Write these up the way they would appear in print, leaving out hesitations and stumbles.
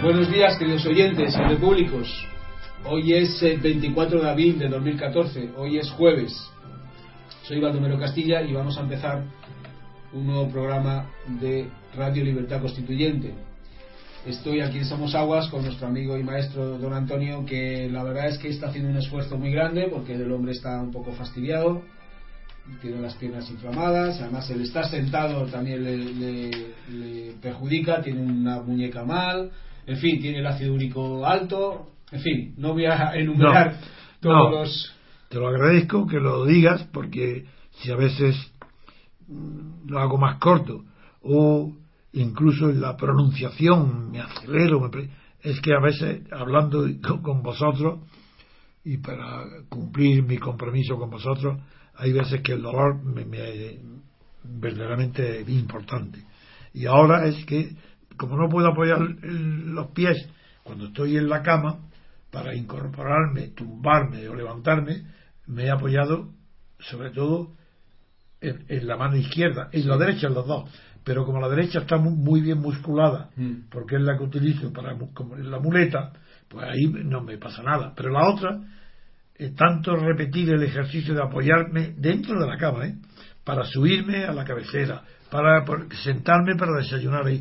Buenos días, queridos oyentes y repúblicos. Hoy es el 24 de abril de 2014, hoy es jueves. Soy Baldomero Castilla y vamos a empezar un nuevo programa de Radio Libertad Constituyente. Estoy aquí en Somosaguas con nuestro amigo y maestro don Antonio, que la verdad es que está haciendo un esfuerzo muy grande porque el hombre está un poco fastidiado, tiene las piernas inflamadas, además el estar sentado también le perjudica, tiene una muñeca mal, en fin, tiene el ácido úrico alto, en fin, no voy a enumerar todos los... Te lo agradezco que lo digas, porque si a veces lo hago más corto o incluso en la pronunciación me acelero, es que a veces hablando con vosotros y para cumplir mi compromiso con vosotros, hay veces que el dolor me verdaderamente es importante. Y ahora es que, como no puedo apoyar los pies cuando estoy en la cama, para incorporarme, tumbarme o levantarme, me he apoyado sobre todo en la mano izquierda, en la derecha, en los dos. Pero como la derecha está muy bien musculada, porque es la que utilizo como la muleta, pues ahí no me pasa nada. Pero la otra, tanto repetir el ejercicio de apoyarme dentro de la cama, para subirme a la cabecera, para sentarme para desayunar ahí,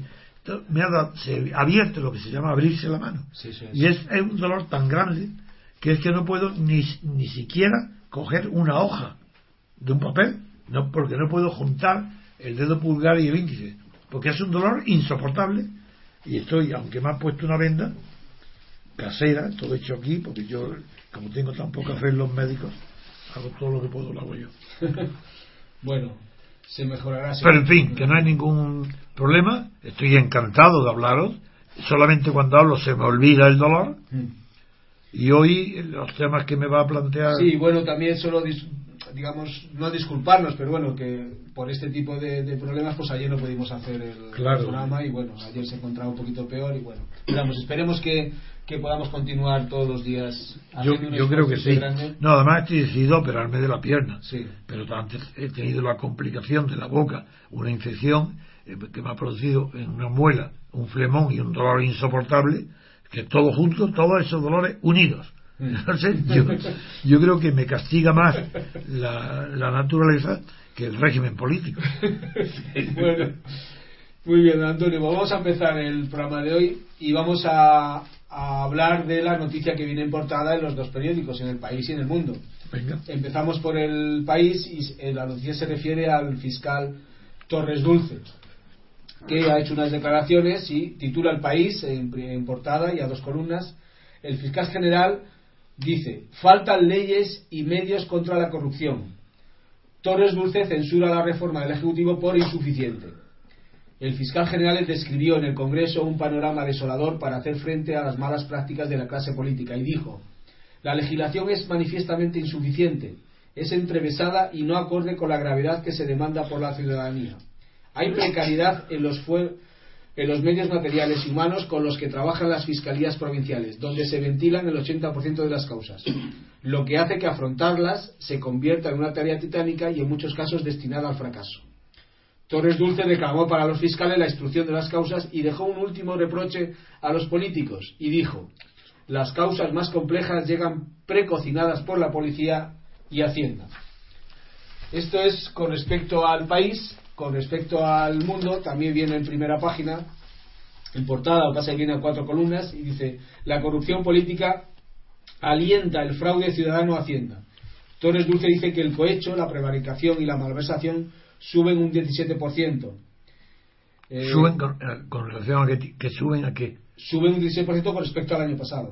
se abierto lo que se llama abrirse la mano. Sí. Y es un dolor tan grande que es que no puedo ni siquiera coger una hoja de un papel, porque no puedo juntar el dedo pulgar y el índice, porque es un dolor insoportable. Y estoy, aunque me han puesto una venda casera, todo hecho aquí, porque yo, como tengo tan poca fe en los médicos, hago todo lo que puedo, lo hago yo. Bueno, se mejorará. Pero en fin, que no hay ningún problema, estoy encantado de hablaros. Solamente cuando hablo se me olvida el dolor. Y hoy los temas que me va a plantear... Sí, bueno, también solo digamos, no disculparnos, pero bueno, que por este tipo de problemas, pues ayer no pudimos hacer el programa, y bueno, ayer se encontraba un poquito peor, y bueno, esperemos que podamos continuar todos los días. Yo creo que sí. Grande. No, además estoy decidido a operarme de la pierna, sí. Pero antes he tenido la complicación de la boca, una infección que me ha producido en una muela un flemón y un dolor insoportable, que todo junto, todos esos dolores unidos. Entonces, yo creo que me castiga más la naturaleza que el régimen político. Bueno, muy bien, Antonio, vamos a empezar el programa de hoy y vamos a hablar de la noticia que viene en portada en los dos periódicos, en El País y en El Mundo. Venga. Empezamos por El País y la noticia se refiere al fiscal Torres Dulce, que ha hecho unas declaraciones y titula El País en portada y a dos columnas. El fiscal general dice: faltan leyes y medios contra la corrupción. Torres Dulce censura la reforma del Ejecutivo por insuficiente. El fiscal general describió en el Congreso un panorama desolador para hacer frente a las malas prácticas de la clase política y dijo: la legislación es manifiestamente insuficiente, es entrevesada y no acorde con la gravedad que se demanda por la ciudadanía. Hay precariedad en los medios materiales y humanos con los que trabajan las fiscalías provinciales, donde se ventilan el 80% de las causas, lo que hace que afrontarlas se convierta en una tarea titánica y en muchos casos destinada al fracaso. Torres Dulce reclamó para los fiscales la instrucción de las causas y dejó un último reproche a los políticos y dijo: las causas más complejas llegan precocinadas por la policía y Hacienda. Esto es con respecto al País. Con respecto al Mundo, también viene en primera página, en portada, o pasa que viene a 4 columnas, y dice: la corrupción política alienta el fraude ciudadano a Hacienda. Torres Dulce dice que el cohecho, la prevaricación y la malversación suben un 17%. ¿Suben con relación a que suben a qué? Suben un 16% con respecto al año pasado.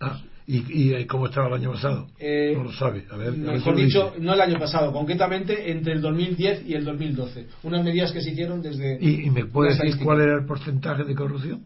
¿Y cómo estaba el año pasado? No lo sabe. A ver, mejor dicho, no el año pasado, concretamente entre el 2010 y el 2012. Unas medidas que se hicieron desde... ¿Y me puede decir cuál era el porcentaje de corrupción?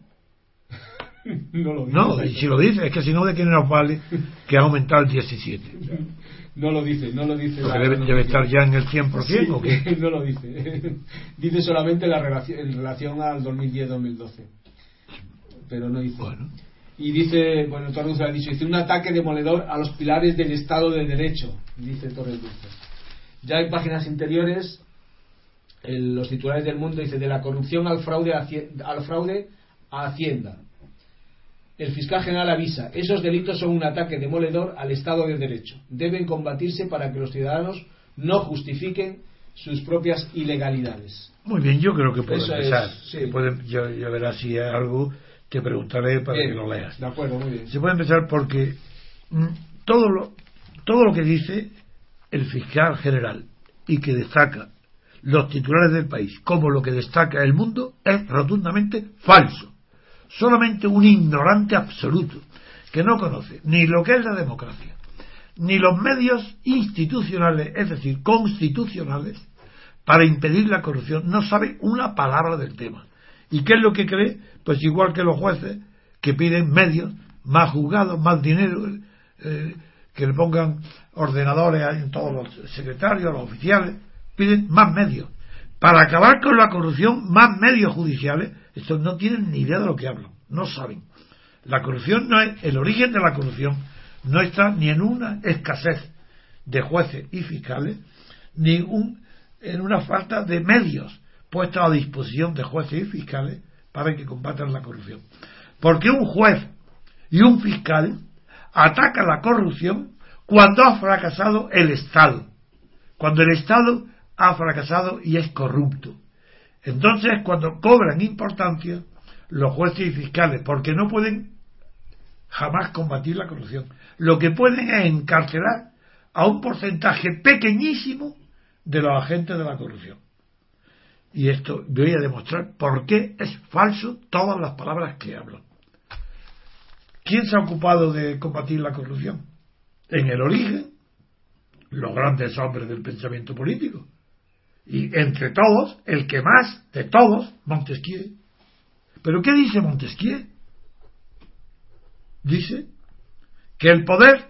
No lo dice. No, y si lo dice, es que si no, ¿de qué nos vale que ha aumentado el 17? No lo dice. Porque debe estar ya en el 100%, sí, ¿o qué? No lo dice. Dice solamente en relación al 2010-2012. Pero no dice... Bueno. Y dice, Torres Dulce ha dicho, dice: un ataque demoledor a los pilares del Estado de Derecho, dice Torres Dulce. Ya en páginas interiores, los titulares del Mundo dice: de la corrupción al fraude a Hacienda. El fiscal general avisa: esos delitos son un ataque demoledor al Estado de Derecho. Deben combatirse para que los ciudadanos no justifiquen sus propias ilegalidades. Muy bien, yo creo que puede Eso empezar. sí. Yo verás si hay algo, te preguntaré para Bien, que lo leas. De acuerdo, muy bien. Se puede empezar porque todo lo que dice el fiscal general y que destaca los titulares del país como lo que destaca el mundo es rotundamente falso. Solamente un ignorante absoluto que no conoce ni lo que es la democracia ni los medios institucionales, es decir, constitucionales, para impedir la corrupción, no sabe una palabra del tema. ¿Y qué es lo que cree? Pues igual que los jueces que piden medios, más juzgados, más dinero, que le pongan ordenadores en todos los secretarios, los oficiales, piden más medios. Para acabar con la corrupción, más medios judiciales. Estos no tienen ni idea de lo que hablan, no saben. La corrupción no es, el origen de la corrupción no está ni en una escasez de jueces y fiscales, ni en una falta de medios puestos a disposición de jueces y fiscales para que combatan la corrupción. Porque un juez y un fiscal atacan la corrupción cuando ha fracasado el Estado, cuando el Estado ha fracasado y es corrupto. Entonces, cuando cobran importancia los jueces y fiscales, porque no pueden jamás combatir la corrupción. Lo que pueden es encarcelar a un porcentaje pequeñísimo de los agentes de la corrupción. Y esto voy a demostrar por qué es falso todas las palabras que hablan. ¿Quién se ha ocupado de combatir la corrupción? En el origen, los grandes hombres del pensamiento político. Y entre todos, el que más de todos, Montesquieu. ¿Pero qué dice Montesquieu? Dice que el poder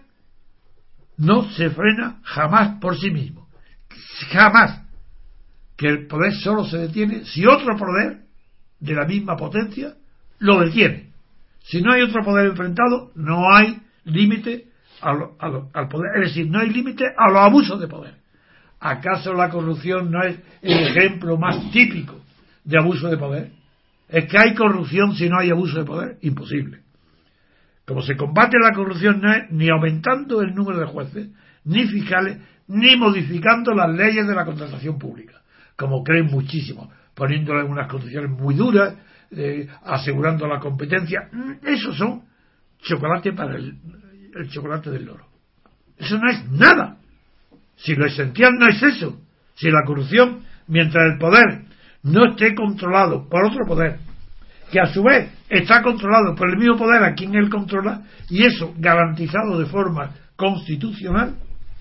no se frena jamás por sí mismo. Jamás. Que el poder solo se detiene si otro poder de la misma potencia lo detiene. Si no hay otro poder enfrentado, no hay límite al poder. Es decir, no hay límite a los abusos de poder. ¿Acaso la corrupción no es el ejemplo más típico de abuso de poder? ¿Es que hay corrupción si no hay abuso de poder? Imposible. Como se combate la corrupción no es ni aumentando el número de jueces, ni fiscales, ni modificando las leyes de la contratación pública, como creen muchísimos, poniéndole unas condiciones muy duras, asegurando la competencia. Esos son chocolate para el chocolate del loro. Eso no es nada. Si lo esencial no es eso, si la corrupción, mientras el poder no esté controlado por otro poder, que a su vez está controlado por el mismo poder a quien él controla, y eso garantizado de forma constitucional,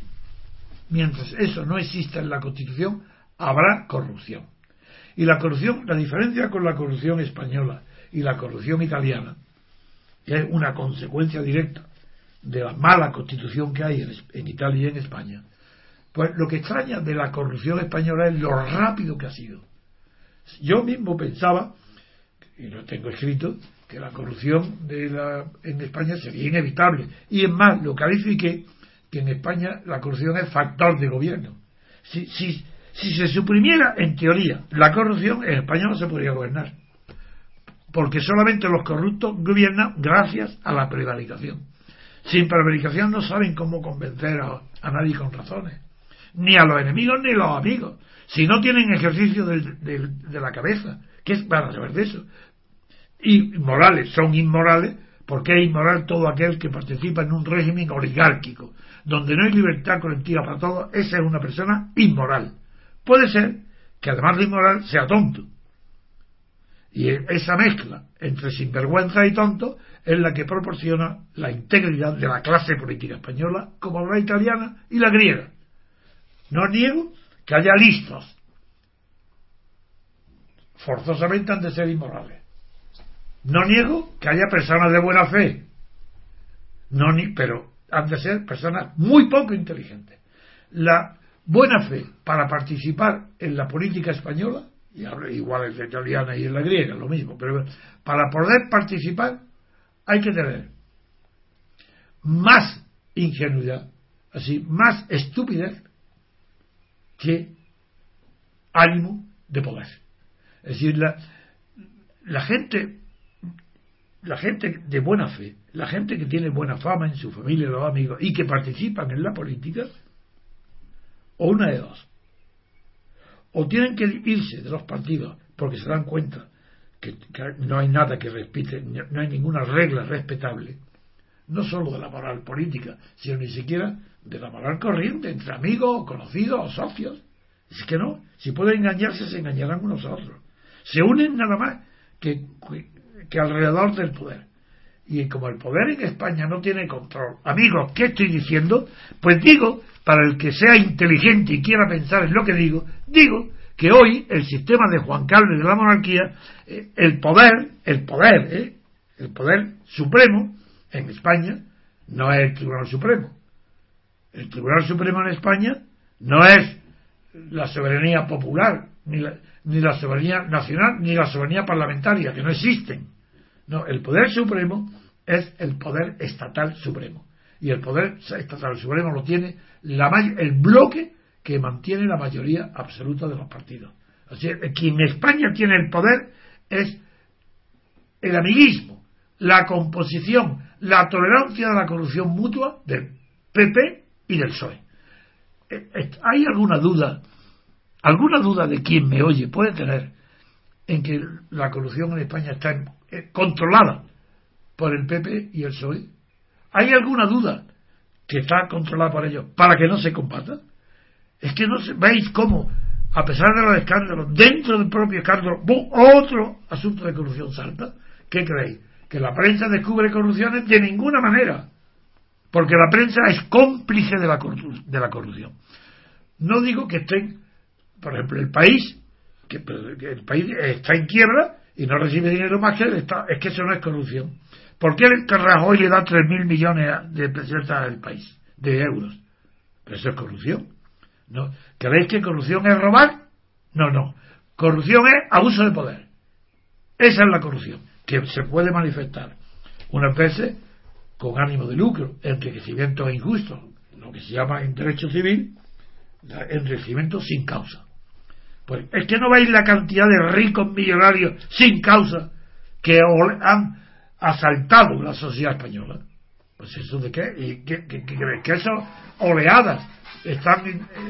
mientras eso no exista en la Constitución, habrá corrupción. Y la corrupción, la diferencia con la corrupción española y la corrupción italiana, que es una consecuencia directa de la mala constitución que hay en Italia y en España, pues lo que extraña de la corrupción española es lo rápido que ha sido. Yo mismo pensaba, y lo tengo escrito, que la corrupción en España sería inevitable. Y es más, lo califiqué que en España la corrupción es factor de gobierno. Si se suprimiera, en teoría, la corrupción, en España no se podría gobernar. Porque solamente los corruptos gobiernan gracias a la prevaricación. Sin prevaricación no saben cómo convencer a nadie con razones. Ni a los enemigos ni a los amigos. Si no tienen ejercicio de la cabeza, ¿qué es para saber de eso? Y morales, son inmorales, porque es inmoral todo aquel que participa en un régimen oligárquico, donde no hay libertad colectiva para todos. Esa es una persona inmoral. Puede ser que además de inmoral sea tonto. Y esa mezcla entre sinvergüenza y tonto es la que proporciona la integridad de la clase política española, como la italiana y la griega. No niego que haya listos. Forzosamente han de ser inmorales. No niego que haya personas de buena fe. Pero han de ser personas muy poco inteligentes. La buena fe para participar en la política española, y igual en la italiana y en la griega, lo mismo, pero para poder participar hay que tener más ingenuidad, así, más estupidez que ánimo de poder. Es decir, la gente la gente de buena fe, la gente que tiene buena fama en su familia, los amigos, y que participan en la política, o una de dos, o tienen que irse de los partidos porque se dan cuenta que no hay nada que respete, no hay ninguna regla respetable, no solo de la moral política, sino ni siquiera de la moral corriente entre amigos, conocidos o socios. Es que no, si pueden engañarse, se engañarán unos a otros. Se unen nada más que alrededor del poder. Y como el poder en España no tiene control, amigos, ¿qué estoy diciendo? Pues digo, para el que sea inteligente y quiera pensar en lo que digo que hoy el sistema de Juan Carlos de la monarquía, el poder supremo en España no es el Tribunal Supremo. El Tribunal Supremo en España no es la soberanía popular, ni la soberanía nacional, ni la soberanía parlamentaria, que no existen. No, el poder supremo es el poder estatal supremo. Y el poder estatal supremo lo tiene el bloque que mantiene la mayoría absoluta de los partidos. O sea, quien en España tiene el poder es el amiguismo, la composición, la tolerancia de la corrupción mutua del PP y del PSOE. ¿Hay alguna duda de quien me oye puede tener en que la corrupción en España está controlada por el PP y el PSOE? ¿Hay alguna duda que está controlada por ellos para que no se combata? Es que veis cómo, a pesar de los escándalos, dentro del propio escándalo, otro asunto de corrupción salta. ¿Qué creéis? ¿Que la prensa descubre corrupciones? De ninguna manera, porque la prensa es cómplice de la corrupción. No digo que estén, por ejemplo, el país está en quiebra y no recibe dinero más que el Estado. Es que eso no es corrupción. ¿Por qué el Rajoy le da 3.000 millones de pesetas al país, de euros? Pero eso es corrupción. ¿No? ¿Creéis que corrupción es robar? No. Corrupción es abuso de poder. Esa es la corrupción, que se puede manifestar unas veces con ánimo de lucro, enriquecimiento injusto, lo que se llama en derecho civil enriquecimiento sin causa. Pues es que no veis la cantidad de ricos millonarios sin causa que han asaltado la sociedad española. Pues eso de qué, y que esas oleadas están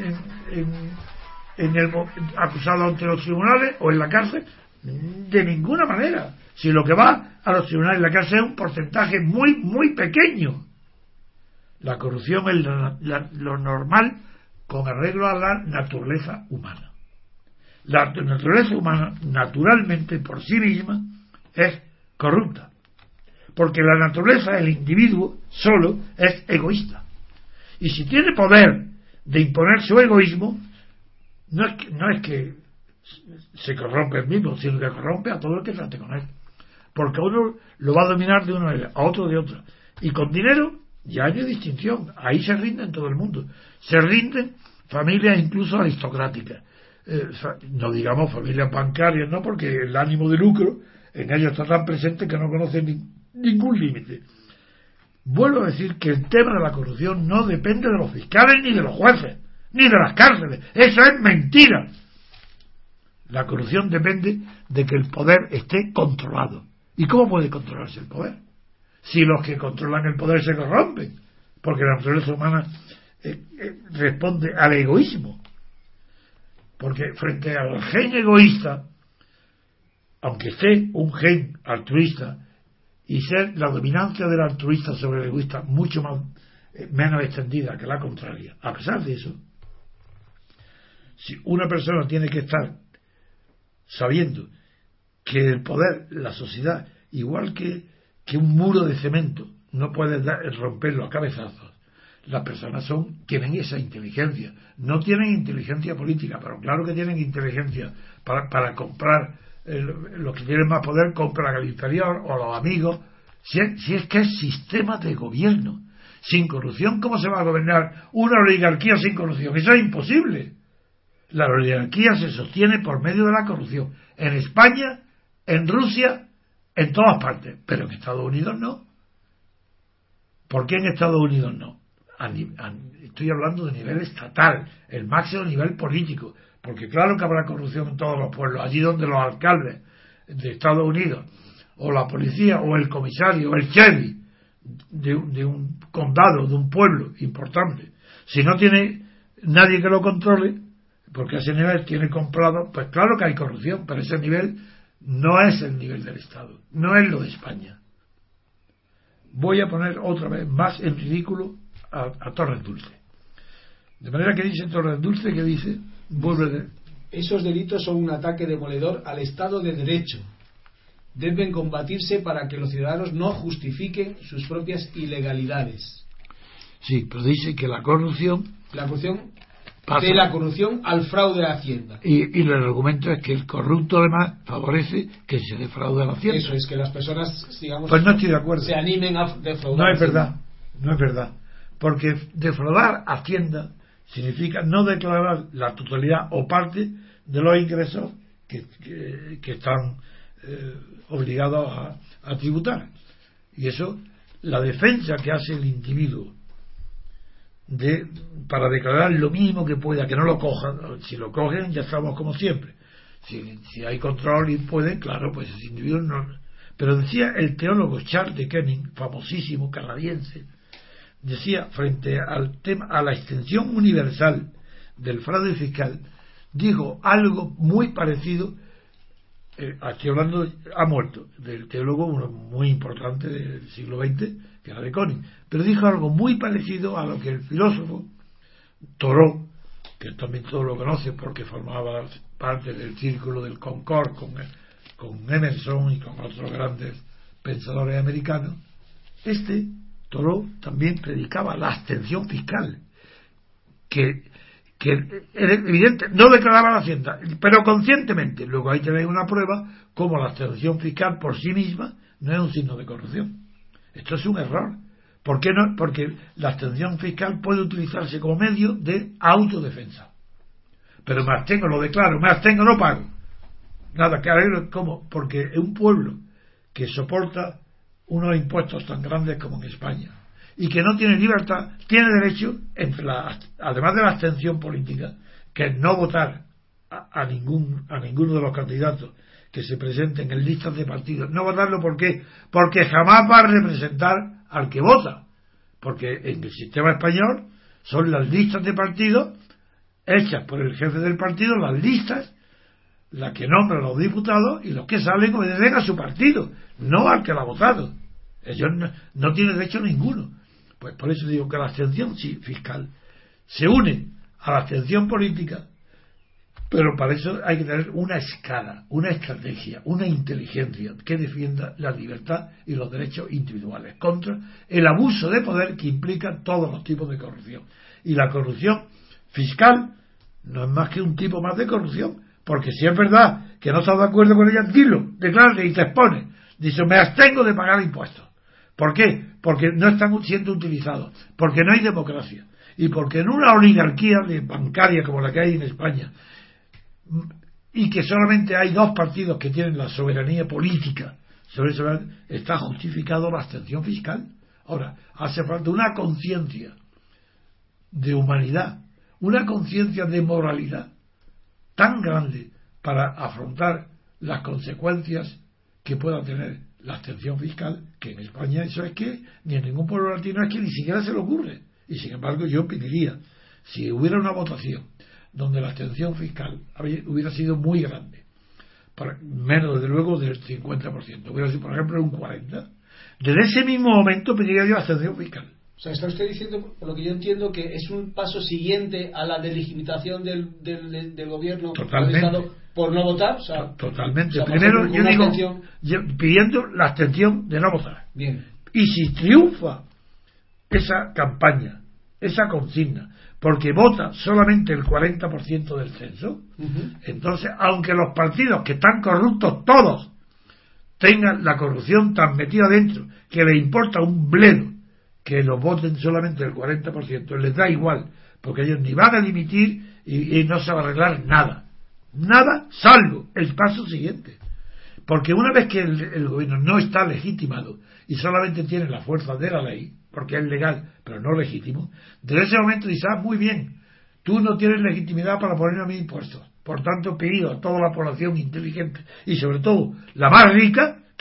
acusados ante los tribunales o en la cárcel. De ninguna manera. Si lo que va a los tribunales y la cárcel es un porcentaje muy muy pequeño. La corrupción es lo normal con arreglo a la naturaleza humana. La naturaleza humana naturalmente por sí misma es corrupta, porque la naturaleza del individuo solo es egoísta, y si tiene poder de imponer su egoísmo, no es que se corrompe el mismo, sino que corrompe a todo el que trate con él, porque a uno lo va a dominar de una manera, a otro de otra, y con dinero ya hay distinción. Ahí se rinden todo el mundo, se rinden familias incluso aristocráticas, no digamos familias bancarias, no, porque el ánimo de lucro en ellos está tan presente que no conocen ningún límite. Vuelvo a decir que el tema de la corrupción no depende de los fiscales, ni de los jueces, ni de las cárceles. Eso es mentira. La corrupción depende de que el poder esté controlado. ¿Y cómo puede controlarse el poder? Si los que controlan el poder se corrompen, porque la naturaleza humana responde al egoísmo. Porque frente al gen egoísta, aunque esté un gen altruista, y ser la dominancia del altruista sobre el egoísta mucho menos extendida que la contraria, a pesar de eso, si una persona tiene que estar sabiendo que el poder, la sociedad, igual que un muro de cemento, no puede romperlo a cabezazos, las personas tienen esa inteligencia. No tienen inteligencia política, pero claro que tienen inteligencia para comprar. Los que tienen más poder compran al inferior o a los amigos. Si es que es sistema de gobierno. Sin corrupción, ¿cómo se va a gobernar una oligarquía sin corrupción? Eso es imposible. La oligarquía se sostiene por medio de la corrupción. En España, en Rusia, en todas partes. Pero en Estados Unidos no. ¿Por qué en Estados Unidos no? Estoy hablando de nivel estatal, el máximo nivel político, porque claro que habrá corrupción en todos los pueblos, allí donde los alcaldes de Estados Unidos o la policía, o el comisario, o el sheriff de un condado, de un pueblo importante, si no tiene nadie que lo controle, porque a ese nivel tiene comprado, pues claro que hay corrupción, pero ese nivel no es el nivel del Estado, no es lo de España. Voy a poner otra vez más en ridículo a Torres Dulce. De manera que dice Torres Dulce, que dice, esos delitos son un ataque demoledor al Estado de Derecho. Deben combatirse para que los ciudadanos no justifiquen sus propias ilegalidades. Sí, pero dice que la corrupción pasa. De la corrupción al fraude a Hacienda. Y el argumento es que el corrupto además favorece que se defraude a la Hacienda. Eso es, que las personas, digamos, pues no estoy de acuerdo. Se animen a defraudar. No es verdad, no es verdad. Porque defraudar Hacienda significa no declarar la totalidad o parte de los ingresos que están obligados a tributar. Y eso, la defensa que hace el individuo para declarar lo mínimo que pueda, que no lo cojan. Si lo cogen, ya estamos como siempre. Si hay control y pueden, claro, pues ese individuo no. Pero decía el teólogo Charles de Koenig, famosísimo canadiense, decía frente al tema, a la extensión universal del fraude fiscal, dijo algo muy parecido. Estoy hablando, ha muerto, del teólogo uno muy importante del siglo XX, que era de Koenig, pero dijo algo muy parecido a lo que el filósofo Thoreau, que también todos lo conocen porque formaba parte del círculo del Concord con Emerson y con otros grandes pensadores americanos. Thoreau también predicaba la abstención fiscal, que era evidente, no declaraba la Hacienda, pero conscientemente. Luego ahí tenéis una prueba como la abstención fiscal por sí misma no es un signo de corrupción. Esto es un error. ¿Por qué no? Porque la abstención fiscal puede utilizarse como medio de autodefensa. Pero me abstengo, lo declaro, me abstengo, no pago. Nada, que arreglo, ¿cómo? Porque un pueblo que soporta unos impuestos tan grandes como en España y que no tiene libertad, tiene derecho, además de la abstención política, que es no votar a ninguno de los candidatos que se presenten en listas de partidos. No votarlo, ¿por qué? Porque jamás va a representar al que vota. Porque en el sistema español son las listas de partidos hechas por el jefe del partido, las listas, las que nombran los diputados, y los que salen obedecen a su partido, no al que lo ha votado. Ellos no tienen derecho ninguno. Pues por eso digo que la abstención fiscal se une a la abstención política, pero para eso hay que tener una escala, una estrategia, una inteligencia que defienda la libertad y los derechos individuales contra el abuso de poder que implica todos los tipos de corrupción. Y la corrupción fiscal no es más que un tipo más de corrupción, porque si es verdad que no estás de acuerdo con ella, dilo, declárate y te expones. Dice, me abstengo de pagar impuestos. ¿Por qué? Porque no están siendo utilizados, porque no hay democracia, y porque en una oligarquía bancaria como la que hay en España, y que solamente hay dos partidos que tienen la soberanía política, sobre eso está justificado la abstención fiscal. Ahora, hace falta una conciencia de humanidad, una conciencia de moralidad tan grande para afrontar las consecuencias que pueda tener la abstención fiscal, que en España eso es que ni en ningún pueblo latino es que ni siquiera se le ocurre. Y sin embargo yo pediría, si hubiera una votación donde la abstención fiscal hubiera sido muy grande, menos desde luego del 50%, hubiera sido por ejemplo un 40%, desde ese mismo momento pediría yo abstención fiscal. O sea, está usted diciendo, por lo que yo entiendo, que es un paso siguiente a la delegitimación del gobierno del Estado por no votar. O sea, totalmente. O sea, primero yo digo, pidiendo la abstención de no votar. Bien. Y si triunfa esa campaña, esa consigna, porque vota solamente el 40% del censo, entonces, aunque los partidos que están corruptos todos tengan la corrupción tan metida dentro que les importa un bledo que los voten solamente el 40%, les da igual, porque ellos ni van a dimitir y no se va a arreglar nada, salvo el paso siguiente. Porque una vez que el gobierno no está legitimado y solamente tiene la fuerza de la ley, porque es legal pero no legítimo, desde ese momento dice, muy bien, tú no tienes legitimidad para ponerme a mí impuestos, por tanto pido a toda la población inteligente y sobre todo la más rica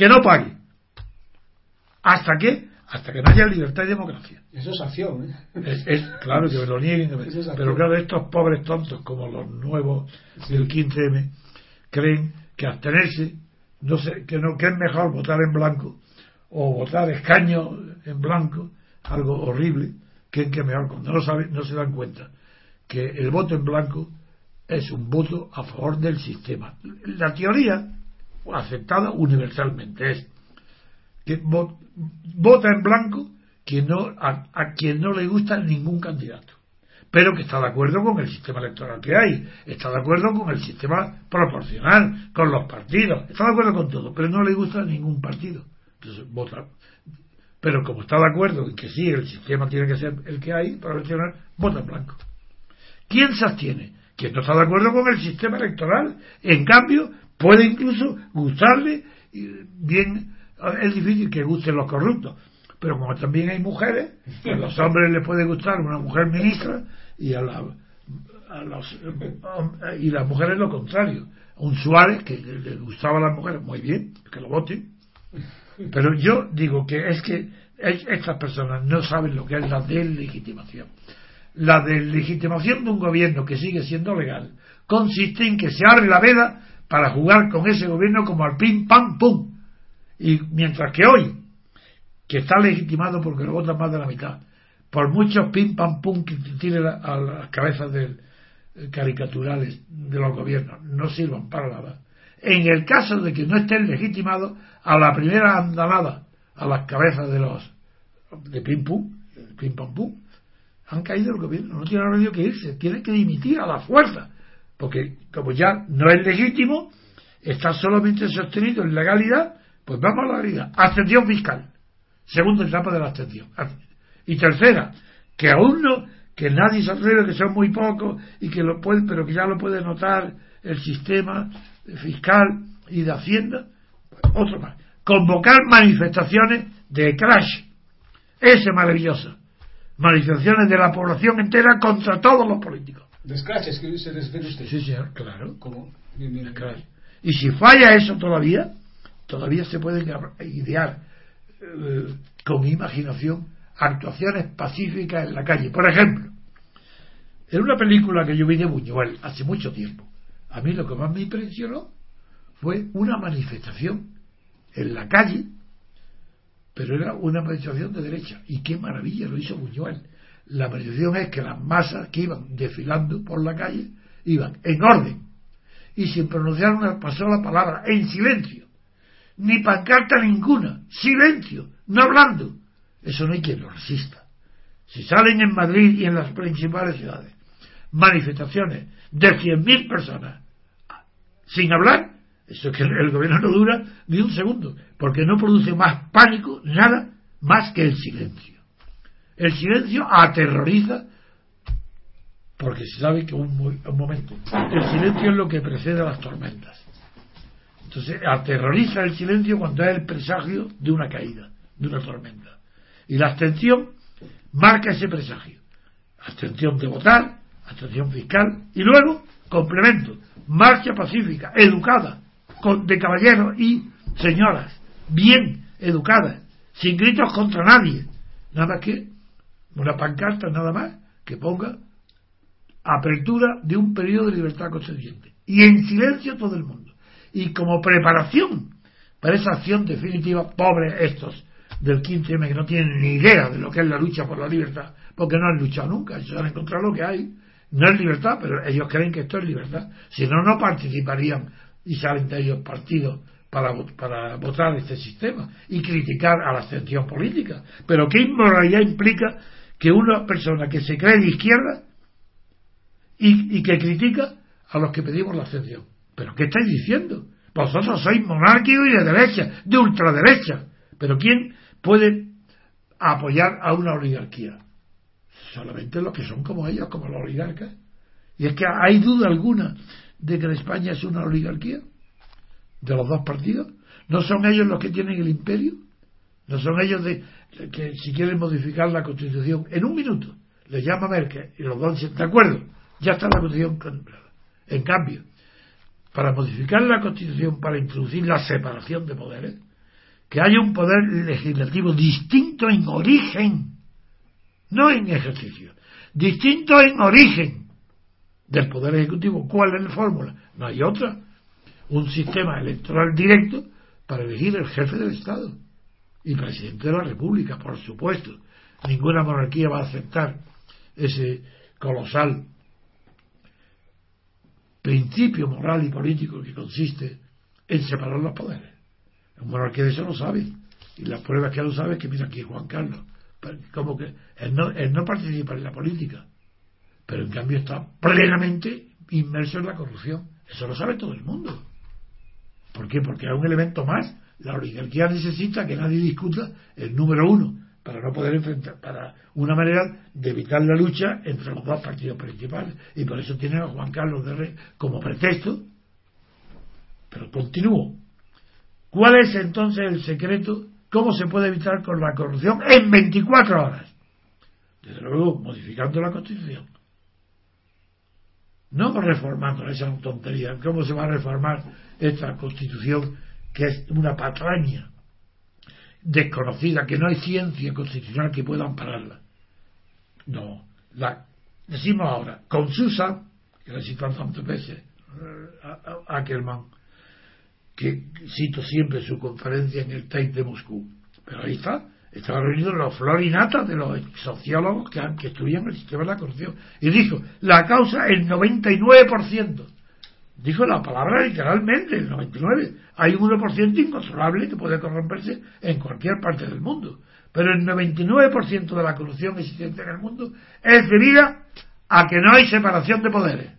que no pague. ¿Hasta qué? Hasta que no haya libertad y democracia. Eso es acción, ¿eh? Es claro que me lo nieguen, pero claro, estos pobres tontos como los nuevos del 15M creen que abstenerse, no sé, que es mejor votar en blanco o votar escaño en blanco, algo horrible, que mejor, cuando no saben, no se dan cuenta que el voto en blanco es un voto a favor del sistema. La teoría aceptada universalmente es que vota en blanco a quien no le gusta ningún candidato, pero que está de acuerdo con el sistema electoral que hay, está de acuerdo con el sistema proporcional, con los partidos, está de acuerdo con todo, pero no le gusta ningún partido. Entonces vota. Pero como está de acuerdo en que sí, el sistema tiene que ser el que hay, proporcional, vota en blanco. ¿Quién se abstiene? Quien no está de acuerdo con el sistema electoral. En cambio, puede incluso gustarle, bien, es difícil que gusten los corruptos, pero como también hay mujeres, a los hombres les puede gustar una mujer ministra y y las mujeres lo contrario. Un Suárez que le gustaba a las mujeres, muy bien, que lo voten. Pero yo digo que estas personas no saben lo que es la deslegitimación. La deslegitimación de un gobierno que sigue siendo legal consiste en que se abre la veda para jugar con ese gobierno como al pim pam pum. Y mientras que hoy, que está legitimado porque lo votan más de la mitad, por muchos pim pam pum que tienen a las cabezas caricaturales de los gobiernos, no sirvan para nada. En el caso de que no estén legitimados, a la primera andanada a las cabezas de pim pam pum, han caído el gobierno, no tiene remedio que irse, tiene que dimitir a la fuerza, porque como ya no es legítimo, está solamente sostenido en legalidad, pues vamos a la legalidad. Abstención fiscal, segunda etapa de la abstención. Y tercera, que aún no, que nadie se atreve, que son muy pocos y que lo pueden, pero que ya lo puede notar el sistema fiscal y de Hacienda. Otro más, convocar manifestaciones de crash, ese maravilloso, manifestaciones de la población entera contra todos los políticos. ¿De scratch es que se refiere usted? Sí, señor, claro. ¿Cómo? Bien. Y si falla eso todavía se pueden idear con imaginación actuaciones pacíficas en la calle. Por ejemplo, en una película que yo vi de Buñuel hace mucho tiempo, a mí lo que más me impresionó fue una manifestación en la calle, pero era una manifestación de derecha, y qué maravilla lo hizo Buñuel. La manifestación es que las masas que iban desfilando por la calle iban en orden y sin pronunciar una sola palabra, en silencio, ni pancarta ninguna, silencio, no hablando. Eso no hay quien lo resista. Si salen en Madrid y en las principales ciudades manifestaciones de 100.000 personas sin hablar, eso es que el gobierno no dura ni un segundo, porque no produce más pánico, nada más que el silencio. El silencio aterroriza, porque se sabe que un momento, el silencio es lo que precede a las tormentas. Entonces aterroriza el silencio cuando es el presagio de una caída, de una tormenta. Y la abstención marca ese presagio. Abstención de votar, abstención fiscal, y luego, complemento, marcha pacífica, educada, de caballeros y señoras, bien educadas, sin gritos contra nadie, nada más que una pancarta, nada más que ponga apertura de un periodo de libertad constituyente, y en silencio todo el mundo. Y como preparación para esa acción definitiva, pobres estos del 15M que no tienen ni idea de lo que es la lucha por la libertad, porque no han luchado nunca, ellos han encontrado lo que hay, no es libertad, pero ellos creen que esto es libertad, si no, no participarían y salen de ellos partidos para votar este sistema y criticar a la abstención política. Pero qué inmoralidad implica que una persona que se cree de izquierda y que critica a los que pedimos la abstención. ¿Pero qué estáis diciendo? Vosotros sois monárquicos y de derecha, de ultraderecha. ¿Pero quién puede apoyar a una oligarquía? Solamente los que son como ellos, como los oligarcas. Y es que hay duda alguna de que en España es una oligarquía de los dos partidos. ¿No son ellos los que tienen el imperio? ¿No son ellos que si quieren modificar la Constitución en un minuto les llama Merkel y los dos dicen de acuerdo, ya está la Constitución contemplada? En cambio, para modificar la Constitución, para introducir la separación de poderes, que haya un poder legislativo distinto en origen, no en ejercicio, distinto en origen del poder ejecutivo. ¿Cuál es la fórmula? No hay otra. Un sistema electoral directo para elegir el jefe del Estado y presidente de la República, por supuesto. Ninguna monarquía va a aceptar ese colosal principio moral y político que consiste en separar los poderes. Un monarquía de eso lo sabe, y las pruebas que lo sabe es que mira aquí Juan Carlos, como que él no participa en la política, pero en cambio está plenamente inmerso en la corrupción. Eso lo sabe todo el mundo. ¿Por qué? Porque es un elemento más. La oligarquía necesita que nadie discuta el número uno para no poder enfrentar, para una manera de evitar la lucha entre los dos partidos principales, y por eso tiene a Juan Carlos de Rey como pretexto. Pero continúo. ¿Cuál es entonces el secreto? ¿Cómo se puede evitar con la corrupción en 24 horas? Desde luego, modificando la Constitución. No reformando esa tontería. ¿Cómo se va a reformar esta Constitución que es una patraña desconocida, que no hay ciencia constitucional que pueda ampararla? No. Decimos ahora, con Susan, que la he citado tantas veces, Ackerman, que cito siempre su conferencia en el TAIP de Moscú, pero ahí estaban reunidos los florinatas de los sociólogos que estudian el sistema de la corrupción, y dijo, la causa el 99%, dijo la palabra literalmente, el 99%, hay un 1% incontrolable que puede corromperse en cualquier parte del mundo, pero el 99% de la corrupción existente en el mundo es debida a que no hay separación de poderes.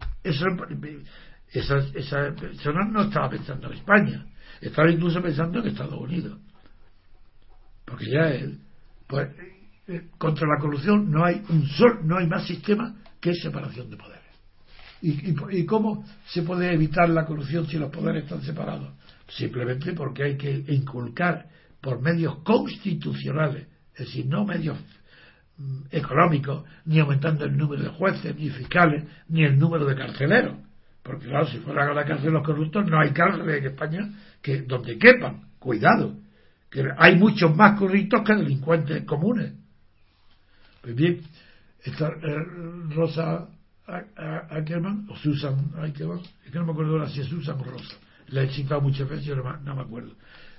Esa persona no estaba pensando en España, estaba incluso pensando en Estados Unidos, porque ya pues, contra la corrupción no hay más sistema que separación de poderes. ¿Y cómo se puede evitar la corrupción si los poderes están separados? Simplemente porque hay que inculcar por medios constitucionales, es decir, no medios económicos, ni aumentando el número de jueces, ni fiscales, ni el número de carceleros. Porque claro, si fueran a la cárcel los corruptos, no hay cárceles en España donde quepan. Cuidado, que hay muchos más corruptos que delincuentes comunes. Pues bien, esta Rosa Ackerman, o Susan Ackerman, es que no me acuerdo ahora si es Susan o Rosa, la he citado muchas veces, yo no me acuerdo.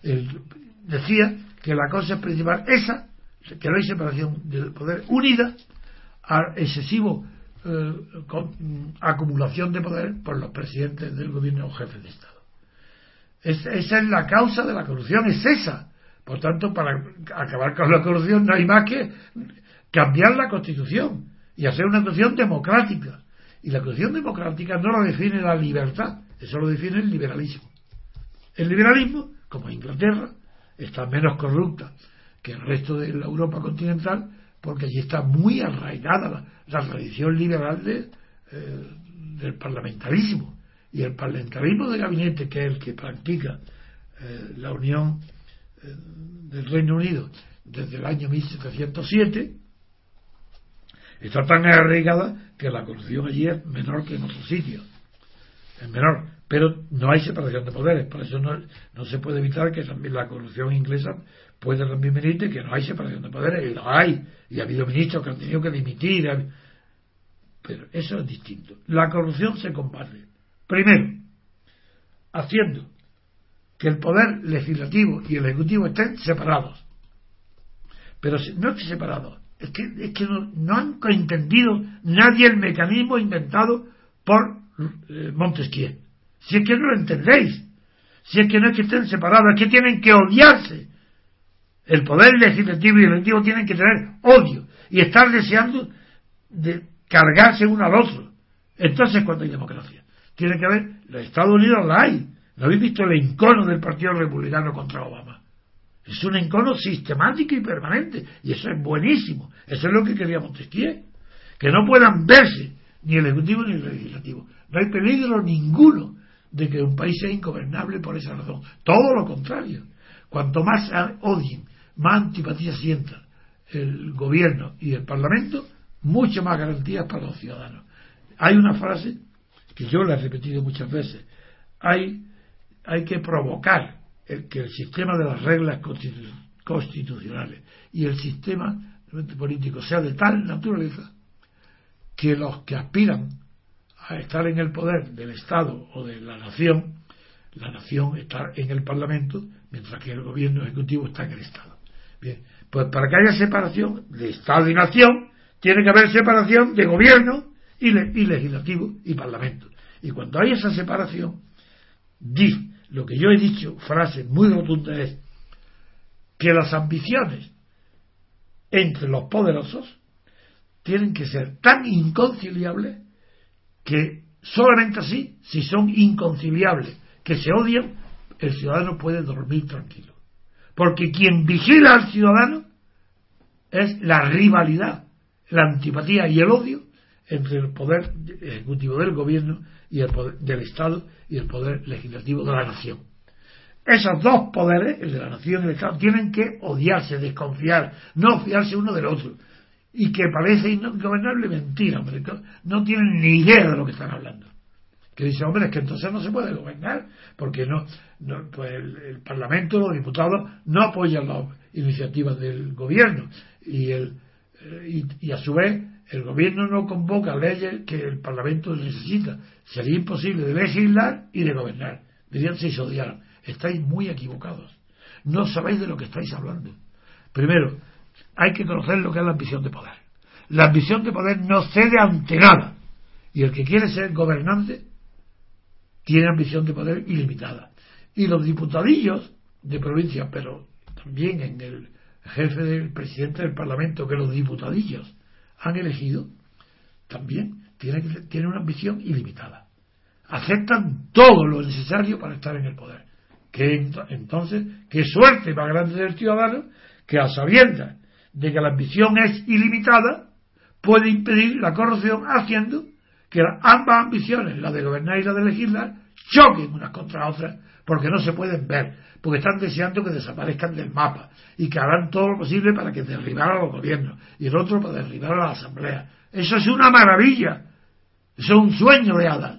Decía que la cosa principal, que no hay separación del poder unida al excesivo acumulación de poder por los presidentes del gobierno o jefes de Estado. Esa es la causa de la corrupción, es esa. Por tanto, para acabar con la corrupción no hay más que cambiar la Constitución y hacer una Constitución democrática. Y la Constitución democrática no lo define la libertad, eso lo define el liberalismo. El liberalismo, como Inglaterra, está menos corrupta que el resto de la Europa continental, porque allí está muy arraigada la tradición liberal del parlamentarismo. Y el parlamentarismo de gabinete, que es el que practica la Unión del Reino Unido desde el año 1707, está tan arraigada que la corrupción allí es menor que en otros sitios. Es menor, pero no hay separación de poderes. Por eso no se puede evitar que también la corrupción inglesa puede también venir de que no hay separación de poderes, y lo hay, y ha habido ministros que han tenido que dimitir, pero eso es distinto. La corrupción se combate, primero, haciendo que el poder legislativo y el ejecutivo estén separados, pero no es que separados, es que no han entendido nadie el mecanismo inventado por Montesquieu. Si es que no lo entendéis, si es que no es que estén separados, es que tienen que odiarse. El poder legislativo y el ejecutivo tienen que tener odio y estar deseando de cargarse uno al otro. Entonces, cuando hay democracia, tiene que haber, los Estados Unidos la hay. ¿No habéis visto el encono del Partido Republicano contra Obama? Es un encono sistemático y permanente, y eso es buenísimo. Eso es lo que quería Montesquieu, que no puedan verse ni el ejecutivo ni el legislativo. No hay peligro ninguno de que un país sea ingobernable por esa razón. Todo lo contrario. Cuanto más odien, más antipatía sienta el gobierno y el parlamento, mucho más garantías para los ciudadanos. Hay una frase que yo la he repetido muchas veces: hay que provocar que el sistema de las reglas constitucionales y el sistema político sea de tal naturaleza que los que aspiran a estar en el poder del Estado o de la nación está en el Parlamento, mientras que el gobierno ejecutivo está en el Estado. Bien, pues para que haya separación de Estado y nación, tiene que haber separación de gobierno y legislativo y parlamento. Y cuando hay esa separación, lo que yo he dicho, frase muy rotunda, es que las ambiciones entre los poderosos tienen que ser tan inconciliables que solamente así, si son inconciliables, que se odian, el ciudadano puede dormir tranquilo. Porque quien vigila al ciudadano es la rivalidad, la antipatía y el odio entre el poder ejecutivo del gobierno y el poder del Estado y el poder legislativo de la nación. Esos dos poderes, el de la nación y el Estado, tienen que odiarse, desconfiar, no fiarse uno del otro. Y que parece ingobernable, mentira, hombre, no tienen ni idea de lo que están hablando. Que dice, hombre, es que entonces no se puede gobernar, porque pues el Parlamento, los diputados, no apoyan las iniciativas del gobierno, y a su vez el gobierno no convoca leyes que el Parlamento necesita. Sería imposible de legislar y de gobernar. Dirían si se odiaran. Estáis muy equivocados. No sabéis de lo que estáis hablando. Primero, hay que conocer lo que es la ambición de poder. La ambición de poder no cede ante nada. Y el que quiere ser gobernante tiene ambición de poder ilimitada. Y los diputadillos de provincia, pero también en el jefe del presidente del Parlamento, que los diputadillos han elegido, también tienen una ambición ilimitada. Aceptan todo lo necesario para estar en el poder. Entonces, qué suerte más grande del ciudadano, que a sabiendas de que la ambición es ilimitada, puede impedir la corrupción haciendo que ambas ambiciones, la de gobernar y la de legislar, choquen unas contra otras, porque no se pueden ver, porque están deseando que desaparezcan del mapa y que harán todo lo posible para que derribaran a los gobiernos y el otro para derribar a la asamblea. Eso es una maravilla, eso es un sueño de hadas.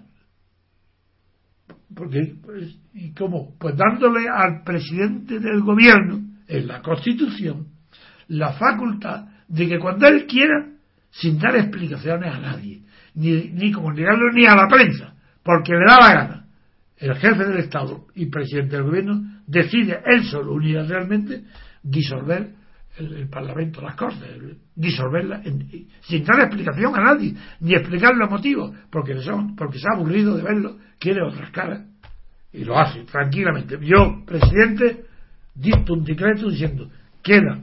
Porque, ¿y cómo? Pues dándole al presidente del gobierno en la Constitución la facultad de que cuando él quiera, sin dar explicaciones a nadie, ni comunicarlo ni a la prensa, porque le da la gana, el jefe del Estado y presidente del gobierno decide él solo unilateralmente disolver el Parlamento, las Cortes, disolverla sin dar explicación a nadie, ni explicar los motivos, porque se ha aburrido de verlo, quiere otras caras, y lo hace tranquilamente. Yo, presidente, dicto un decreto diciendo, queda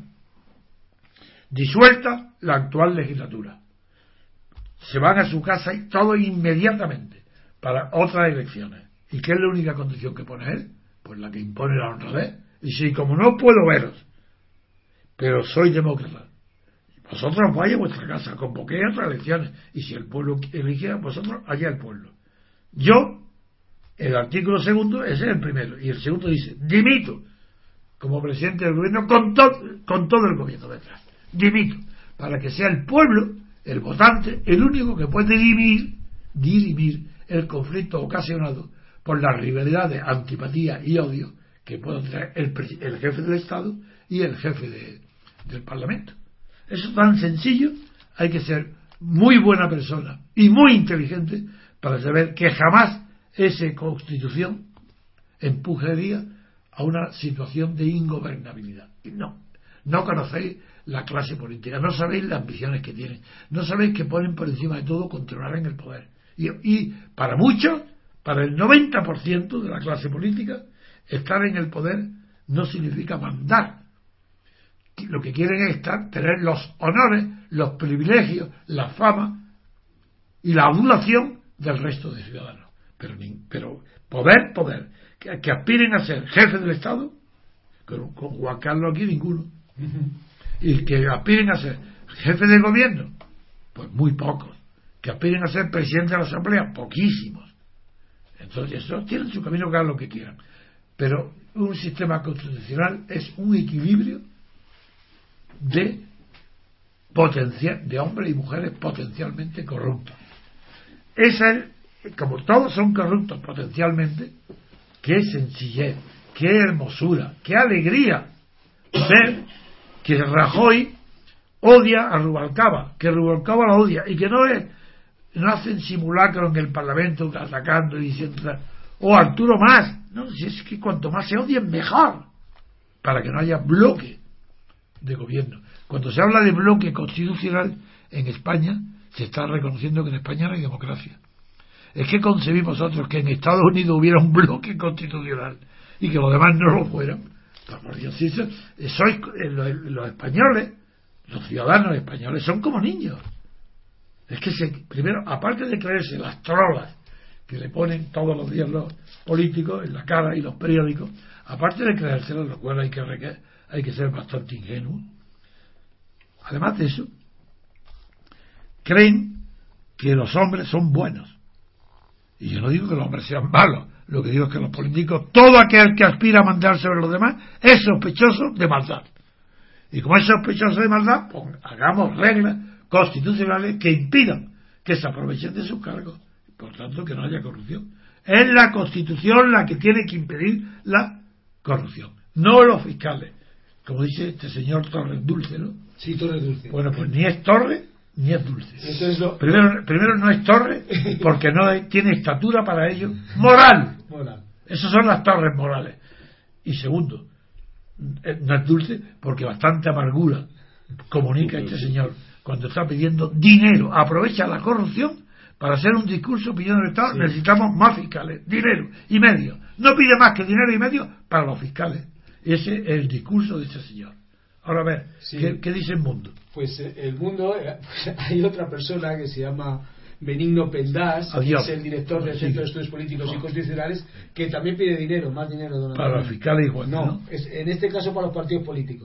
disuelta la actual legislatura. Se van a su casa y todo inmediatamente para otras elecciones. ¿Y qué es la única condición que pone él? Pues la que impone la honradez. Y si como no puedo veros, pero soy demócrata, vosotros vaya a vuestra casa, convoqué otras elecciones, y si el pueblo eligiera, vosotros allá el pueblo. Yo, el artículo segundo, ese es el primero, y el segundo dice, dimito como presidente del gobierno con todo el gobierno detrás. Dimito, para que sea el pueblo, el votante, el único que puede dirimir el conflicto ocasionado por las rivalidades, antipatía y odio que pueden tener el jefe del Estado y el jefe del Parlamento. Eso es tan sencillo. Hay que ser muy buena persona y muy inteligente para saber que jamás esa Constitución empujaría a una situación de ingobernabilidad. No conocéis la clase política, no sabéis las ambiciones que tienen, no sabéis que ponen por encima de todo controlar en el poder. Y para muchos, para el 90% de la clase política, estar en el poder no significa mandar. Lo que quieren es tener los honores, los privilegios, la fama y la adulación del resto de ciudadanos. Pero poder, que aspiren a ser jefe del Estado, con Juan Carlos aquí ninguno. Y que aspiren a ser jefe de gobierno, pues muy pocos. Que aspiren a ser presidente de la Asamblea, poquísimos. Entonces, esos tienen su camino, que hagan lo que quieran. Pero un sistema constitucional es un equilibrio de hombres y mujeres potencialmente corruptos. Esa es, como todos son corruptos potencialmente, qué sencillez, qué hermosura, qué alegría ver que Rajoy odia a Rubalcaba, que Rubalcaba la odia y que no hacen simulacro en el Parlamento atacando y diciendo Arturo Mas, no, si es que cuanto más se odien mejor, para que no haya bloque de gobierno. Cuando se habla de bloque constitucional en España, se está reconociendo que en España no hay democracia. Es que concebimos nosotros que en Estados Unidos hubiera un bloque constitucional y que los demás no lo fueran. Por Dios, los españoles, los ciudadanos españoles son como niños. Es que primero, aparte de creerse las trolas que le ponen todos los días los políticos en la cara y los periódicos, aparte de creérselas, lo cual hay que ser bastante ingenuo. Además de eso, creen que los hombres son buenos. Y yo no digo que los hombres sean malos, lo que digo es que los políticos, todo aquel que aspira a mandar sobre los demás, es sospechoso de maldad. Y como es sospechoso de maldad, pues hagamos reglas constitucionales que impidan que se aprovechen de sus cargos. Por tanto, que no haya corrupción. Es la Constitución la que tiene que impedir la corrupción, no los fiscales. Como dice este señor Torres Dulce, ¿no? Sí, Torres Dulce. Bueno, pues ni es Torres ni es Dulce. Eso es Primero no es Torres porque no tiene estatura para ello moral. Esas son las torres morales. Y segundo, no es Dulce porque bastante amargura comunica este señor cuando está pidiendo dinero. Aprovecha la corrupción para hacer un discurso pidiendo al Estado. Sí. Necesitamos más fiscales, dinero y medio. No pide más que dinero y medio para los fiscales. Ese es el discurso de este señor. Ahora a ver, sí. ¿Qué dice el mundo? Pues el mundo, pues, hay otra persona que se llama Benigno Pendas, que es el director del Centro de Estudios Políticos y Constitucionales, que también pide dinero, más dinero. Para los fiscales igual. No, es, en este caso para los partidos políticos.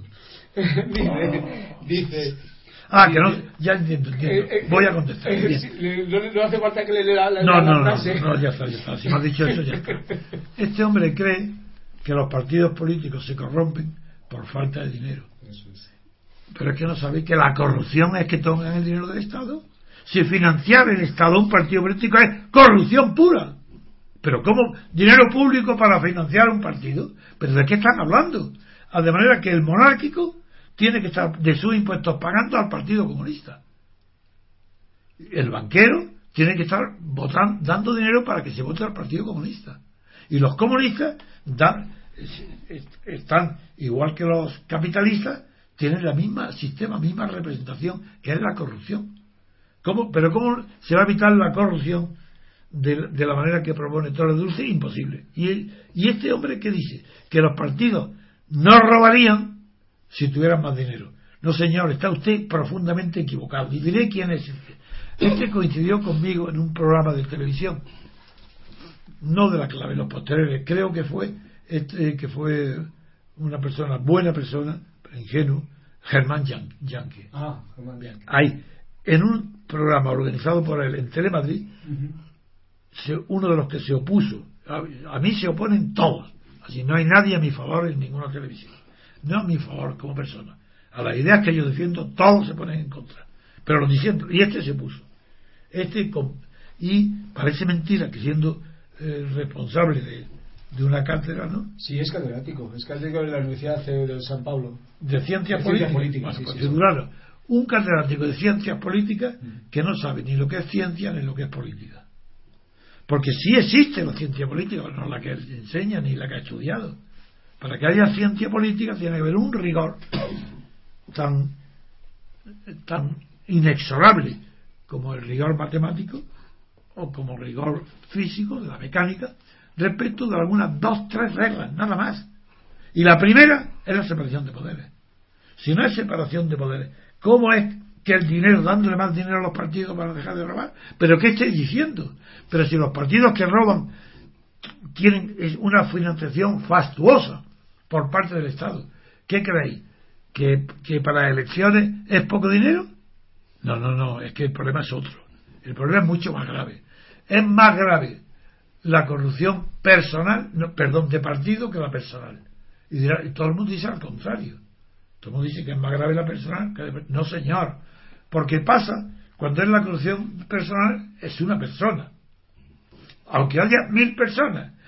dice que no, ya entiendo. Voy a contestar. No hace falta que le lea la frase. No, ya está. Si me has dicho eso, ya está. Este hombre cree que los partidos políticos se corrompen por falta de dinero. Pero es que no sabéis que la corrupción es que toman el dinero del Estado. Si financiar el Estado un partido político es corrupción pura. Pero ¿cómo? Dinero público para financiar un partido. ¿Pero de qué están hablando? De manera que el monárquico tiene que estar de sus impuestos pagando al Partido Comunista. El banquero tiene que estar dando dinero para que se vote al Partido Comunista. Y los comunistas están, igual que los capitalistas, tienen la misma sistema, misma representación, que es la corrupción. ¿Pero cómo se va a evitar la corrupción de la manera que propone Torres Dulce? Imposible. Y este hombre, ¿qué dice? Que los partidos no robarían si tuvieran más dinero. No, señor, está usted profundamente equivocado. Y diré quién es este. Este coincidió conmigo en un programa de televisión, no de la clave, los posteriores. Creo que fue una persona, buena persona, ingenuo, Germán Yankee. Germán Yankee. Ahí, en un programa organizado por él en Telemadrid, uno de los que se opuso, a mí se oponen todos, así no hay nadie a mi favor en ninguna televisión, no a mi favor como persona, a las ideas que yo defiendo todos se ponen en contra, pero lo diciendo, y este se opuso, y parece mentira que siendo responsable de una cátedra, ¿no? Sí, es catedrático de la Universidad de San Pablo de Ciencias Políticas. Bueno, pues titularlo, un catedrático de Ciencias Políticas que no sabe ni lo que es ciencia ni lo que es política, porque sí existe la ciencia política, no la que enseña ni la que ha estudiado. Para que haya ciencia política tiene que haber un rigor tan inexorable como el rigor matemático o como el rigor físico de la mecánica, respecto de algunas 2-3 reglas, nada más. Y la primera es la separación de poderes. Si no hay separación de poderes, ¿cómo es que el dinero, dándole más dinero a los partidos para dejar de robar? ¿Pero qué estáis diciendo? Pero si los partidos que roban tienen una financiación fastuosa por parte del Estado, ¿qué creéis? ¿Que para elecciones es poco dinero? No, es que el problema es otro. El problema es mucho más grave. Es más grave la corrupción personal, de partido, que la personal. Y todo el mundo dice al contrario. Todo el mundo dice que es más grave la personal que no, señor, porque pasa cuando es la corrupción personal, es una persona, aunque haya 1000 personas,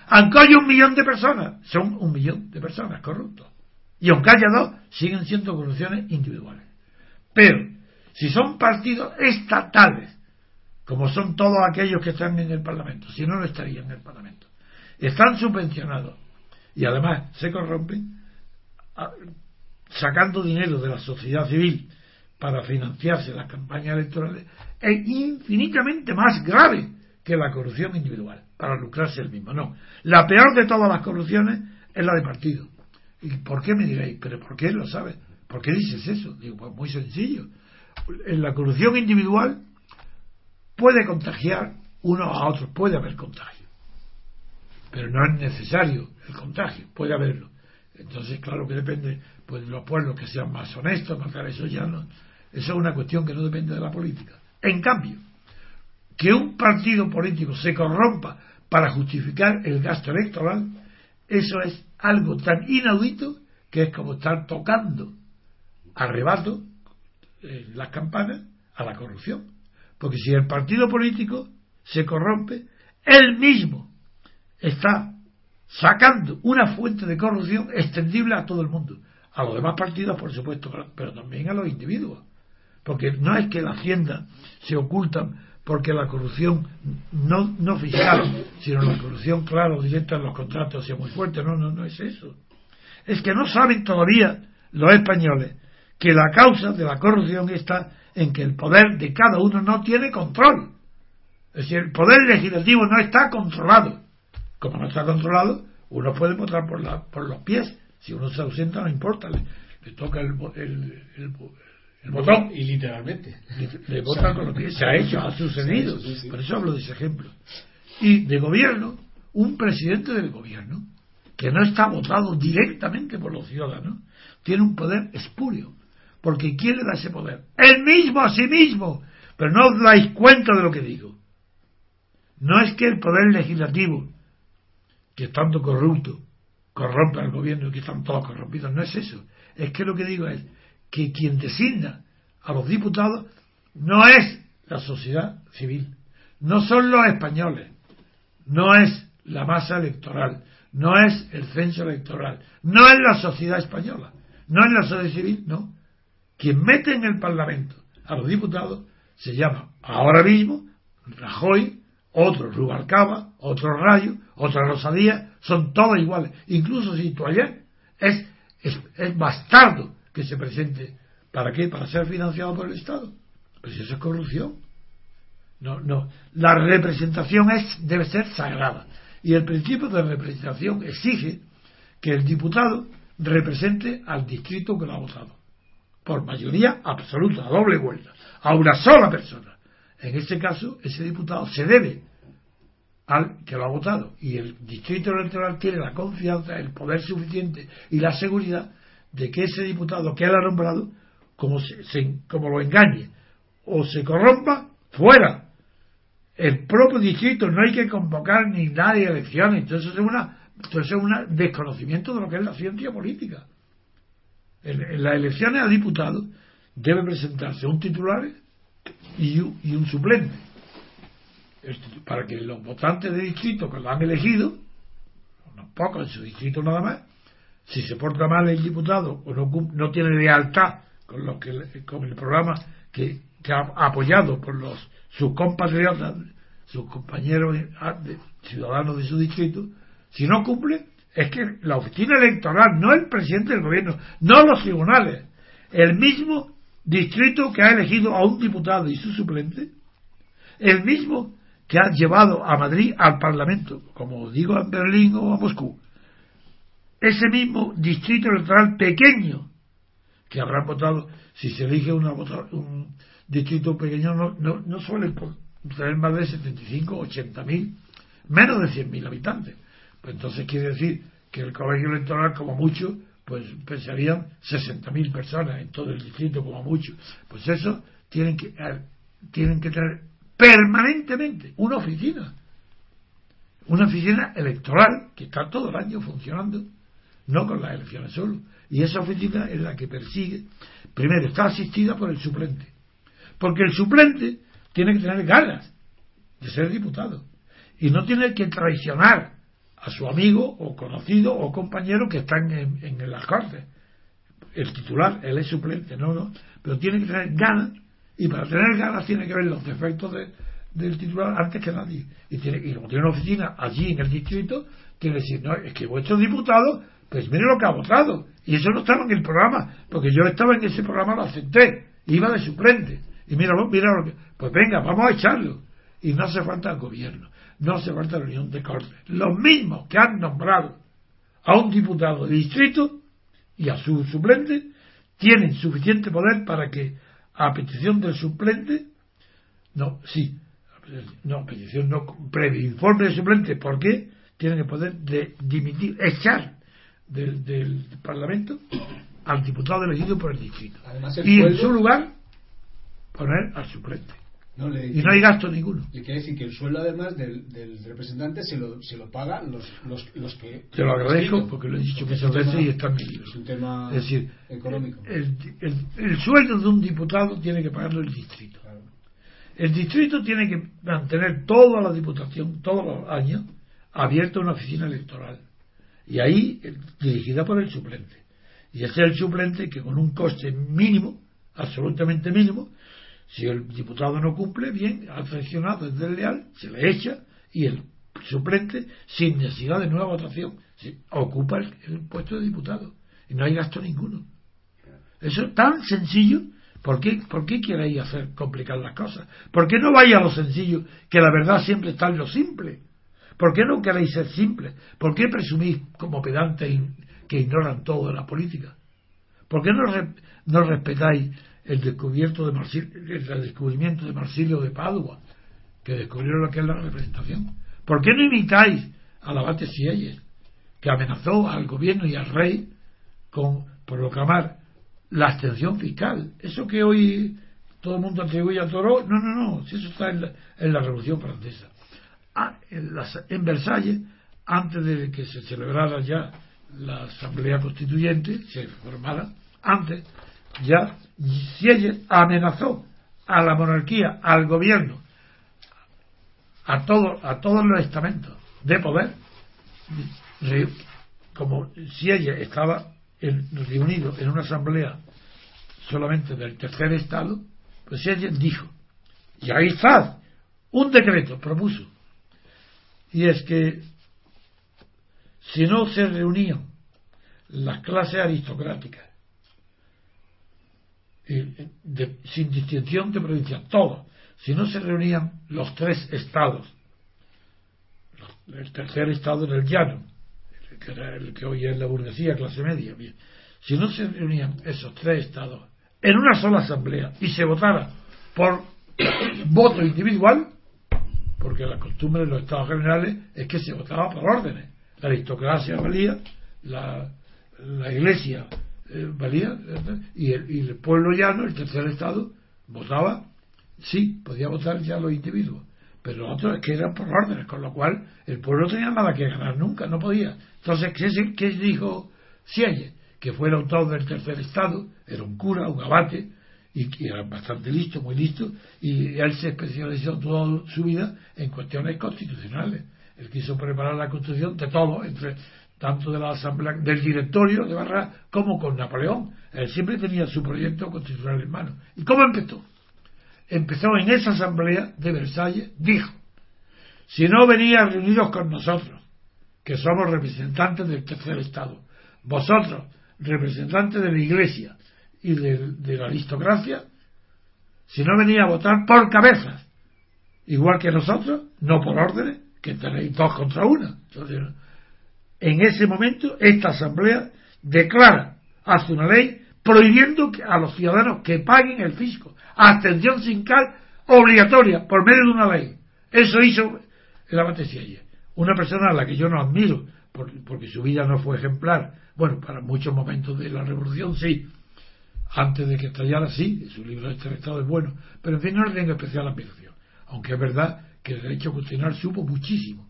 Aunque haya 1 millón de personas, son 1 millón de personas corruptos. Y aunque haya 2, siguen siendo corrupciones individuales. Pero, si son partidos estatales, como son todos aquellos que están en el Parlamento, si no, no estarían en el Parlamento, están subvencionados y además se corrompen, sacando dinero de la sociedad civil para financiarse las campañas electorales, es infinitamente más grave que la corrupción individual, para lucrarse el mismo. No, la peor de todas las corrupciones es la de partido. ¿Y por qué me diréis? ¿Pero por qué lo sabes? ¿Por qué dices eso? Digo, pues muy sencillo. En la corrupción individual puede contagiar unos a otros, puede haber contagio, pero no es necesario el contagio, puede haberlo. Entonces, claro que depende, pues los pueblos que sean más honestos, más claro, eso ya no, eso es una cuestión que no depende de la política. En cambio, que un partido político se corrompa para justificar el gasto electoral, eso es algo tan inaudito que es como estar tocando a rebato las campanas a la corrupción. Porque si el partido político se corrompe, él mismo está sacando una fuente de corrupción extendible a todo el mundo, a los demás partidos por supuesto, pero también a los individuos, porque no es que la hacienda se ocultan porque la corrupción no fiscal, sino la corrupción clara o directa en los contratos sea muy fuerte. No es eso. Es que no saben todavía los españoles que la causa de la corrupción está en que el poder de cada uno no tiene control. Es decir, el poder legislativo no está controlado. Como no está controlado, uno puede votar por los pies. Si uno se ausenta, no importa, le toca el botón y literalmente le votan con los pies. Se ha hecho, ha sucedido. Sí. Por eso hablo de ese ejemplo. Y de gobierno, un presidente del gobierno que no está votado directamente por los ciudadanos tiene un poder espurio. Porque ¿quién le da ese poder? Él mismo a sí mismo. Pero no os dais cuenta de lo que digo. No es que el poder legislativo, que estando corrupto, corrompe al gobierno y que están todos corrompidos. No es eso. Es que lo que digo es que quien designa a los diputados no es la sociedad civil, no son los españoles, no es la masa electoral, no es el censo electoral, no es la sociedad española, no es la sociedad civil, no. Quien mete en el Parlamento a los diputados se llama ahora mismo Rajoy, otro Rubalcaba, otro Rayo, otra Rosa Díaz, son todos iguales. Incluso si tú ayer es bastardo que se presente. ¿Para qué? Para ser financiado por el Estado. Pues eso es corrupción. No. La representación debe ser sagrada. Y el principio de representación exige que el diputado represente al distrito que lo ha votado. Por mayoría absoluta, a doble vuelta, a una sola persona. En ese caso, ese diputado se debe al que lo ha votado. Y el distrito electoral tiene la confianza, el poder suficiente y la seguridad de que ese diputado que él ha nombrado, como lo engañe o se corrompa, fuera. El propio distrito no hay que convocar ni nadie a elecciones. Entonces es un desconocimiento de lo que es la ciencia política. En las elecciones a diputados debe presentarse un titular y un suplente, para que los votantes de distrito que lo han elegido, unos pocos en su distrito nada más, si se porta mal el diputado o no tiene lealtad con el programa que ha apoyado por sus compatriotas, sus compañeros ciudadanos de su distrito, si no cumple, es que la oficina electoral, no el presidente del gobierno, no los tribunales, el mismo distrito que ha elegido a un diputado y su suplente, el mismo que ha llevado a Madrid al Parlamento, como digo, a Berlín o a Moscú, ese mismo distrito electoral pequeño que habrán votado, si se elige un distrito pequeño, no suele tener más de 75 o 80.000, menos de 100.000 habitantes. Pues entonces quiere decir que el colegio electoral, como mucho, pues pensarían 60.000 personas en todo el distrito, como mucho. Pues eso tienen que tener permanentemente una oficina electoral que está todo el año funcionando, no con las elecciones solo. Y esa oficina es la que persigue, primero, está asistida por el suplente, porque el suplente tiene que tener ganas de ser diputado y no tiene que traicionar a su amigo o conocido o compañero que están en las cortes. El titular, él es suplente, no, pero tiene que tener ganas, y para tener ganas tiene que ver los defectos del titular antes que nadie. Y como tiene una oficina allí en el distrito, tiene que decir, no, es que vuestro diputado, pues mire lo que ha votado. Y eso no estaba en el programa, porque yo estaba en ese programa, lo acepté, iba de suplente. Y mira lo que, pues venga, vamos a echarlo. Y no hace falta el gobierno, no hace falta la reunión de cortes. Los mismos que han nombrado a un diputado de distrito y a su suplente tienen suficiente poder para que, a petición del suplente, previo informe del suplente, ¿por qué? Tienen el poder de dimitir, echar del Parlamento al diputado elegido por el distrito. Además, y en su lugar poner al suplente. Y no hay gasto ninguno. Le quiere decir que el sueldo, además del representante, se lo pagan los que... Te lo agradezco, porque lo he dicho muchas veces y está en mi libro. Es un tema, es decir, económico. El sueldo de un diputado tiene que pagarlo el distrito. Claro. El distrito tiene que mantener toda la diputación, todos los años, abierta una oficina electoral. Y ahí, dirigida por el suplente. Y ese es el suplente que, con un coste mínimo, absolutamente mínimo, si el diputado no cumple, bien, ha traicionado, es desleal, se le echa, y el suplente, sin necesidad de nueva votación, ocupa el puesto de diputado. Y no hay gasto ninguno. Eso es tan sencillo. ¿Por qué queréis hacer complicar las cosas? ¿Por qué no vais a lo sencillo, que la verdad siempre está en lo simple? ¿Por qué no queréis ser simples? ¿Por qué presumís como pedantes que ignoran todo de la política? ¿Por qué no respetáis el descubrimiento de Marsilio de Padua, que descubrieron lo que es la representación? ¿Por qué no imitáis al abate Sieyes, que amenazó al gobierno y al rey con proclamar la abstención fiscal? Eso que hoy todo el mundo atribuye a Toro, no, si eso está en la Revolución Francesa. En Versalles, antes de que se celebrara ya la Asamblea Constituyente, se formara, antes ya Sieyes amenazó a la monarquía, al gobierno, a todos los estamentos de poder. Como Sieyes estaba reunido en una asamblea solamente del tercer estado, pues Sieyes dijo, y ahí está, un decreto propuso, y es que si no se reunían las clases aristocráticas sin distinción de provincia, todos, si no se reunían los tres estados, el tercer estado en el llano, que era el que hoy es la burguesía, clase media, bien, si no se reunían esos tres estados en una sola asamblea y se votara por voto individual, porque la costumbre de los estados generales es que se votaba por órdenes, la aristocracia valía, la iglesia valía, y el pueblo llano, el tercer estado, votaba, sí, podía votar ya los individuos, pero los otros es que eran por órdenes, con lo cual el pueblo no tenía nada que ganar nunca, no podía. Entonces, ¿qué dijo Sieyes? Que fue el autor del tercer estado, era un cura, un abate, y que era bastante listo, muy listo, y él se especializó toda su vida en cuestiones constitucionales. Él quiso preparar la constitución de todo, tanto de la asamblea, del directorio de Barra, como con Napoleón. Él siempre tenía su proyecto constitucional en mano. ¿Y cómo empezó? Empezó en esa asamblea de Versalles, dijo, si no venís reunidos con nosotros, que somos representantes del tercer estado, vosotros, representantes de la iglesia y de la aristocracia, si no venís a votar por cabezas, igual que nosotros, no por órdenes, que tenéis dos contra una. Entonces, en ese momento, esta asamblea declara, hace una ley prohibiendo a los ciudadanos que paguen el fisco, abstención sindical obligatoria por medio de una ley. Eso hizo el abate Sieyes, una persona a la que yo no admiro, porque su vida no fue ejemplar. Bueno, para muchos momentos de la revolución sí, antes de que estallara sí, su libro de este estado es bueno, pero en fin, no le tengo especial admiración, aunque es verdad que el derecho constitucional supo muchísimo,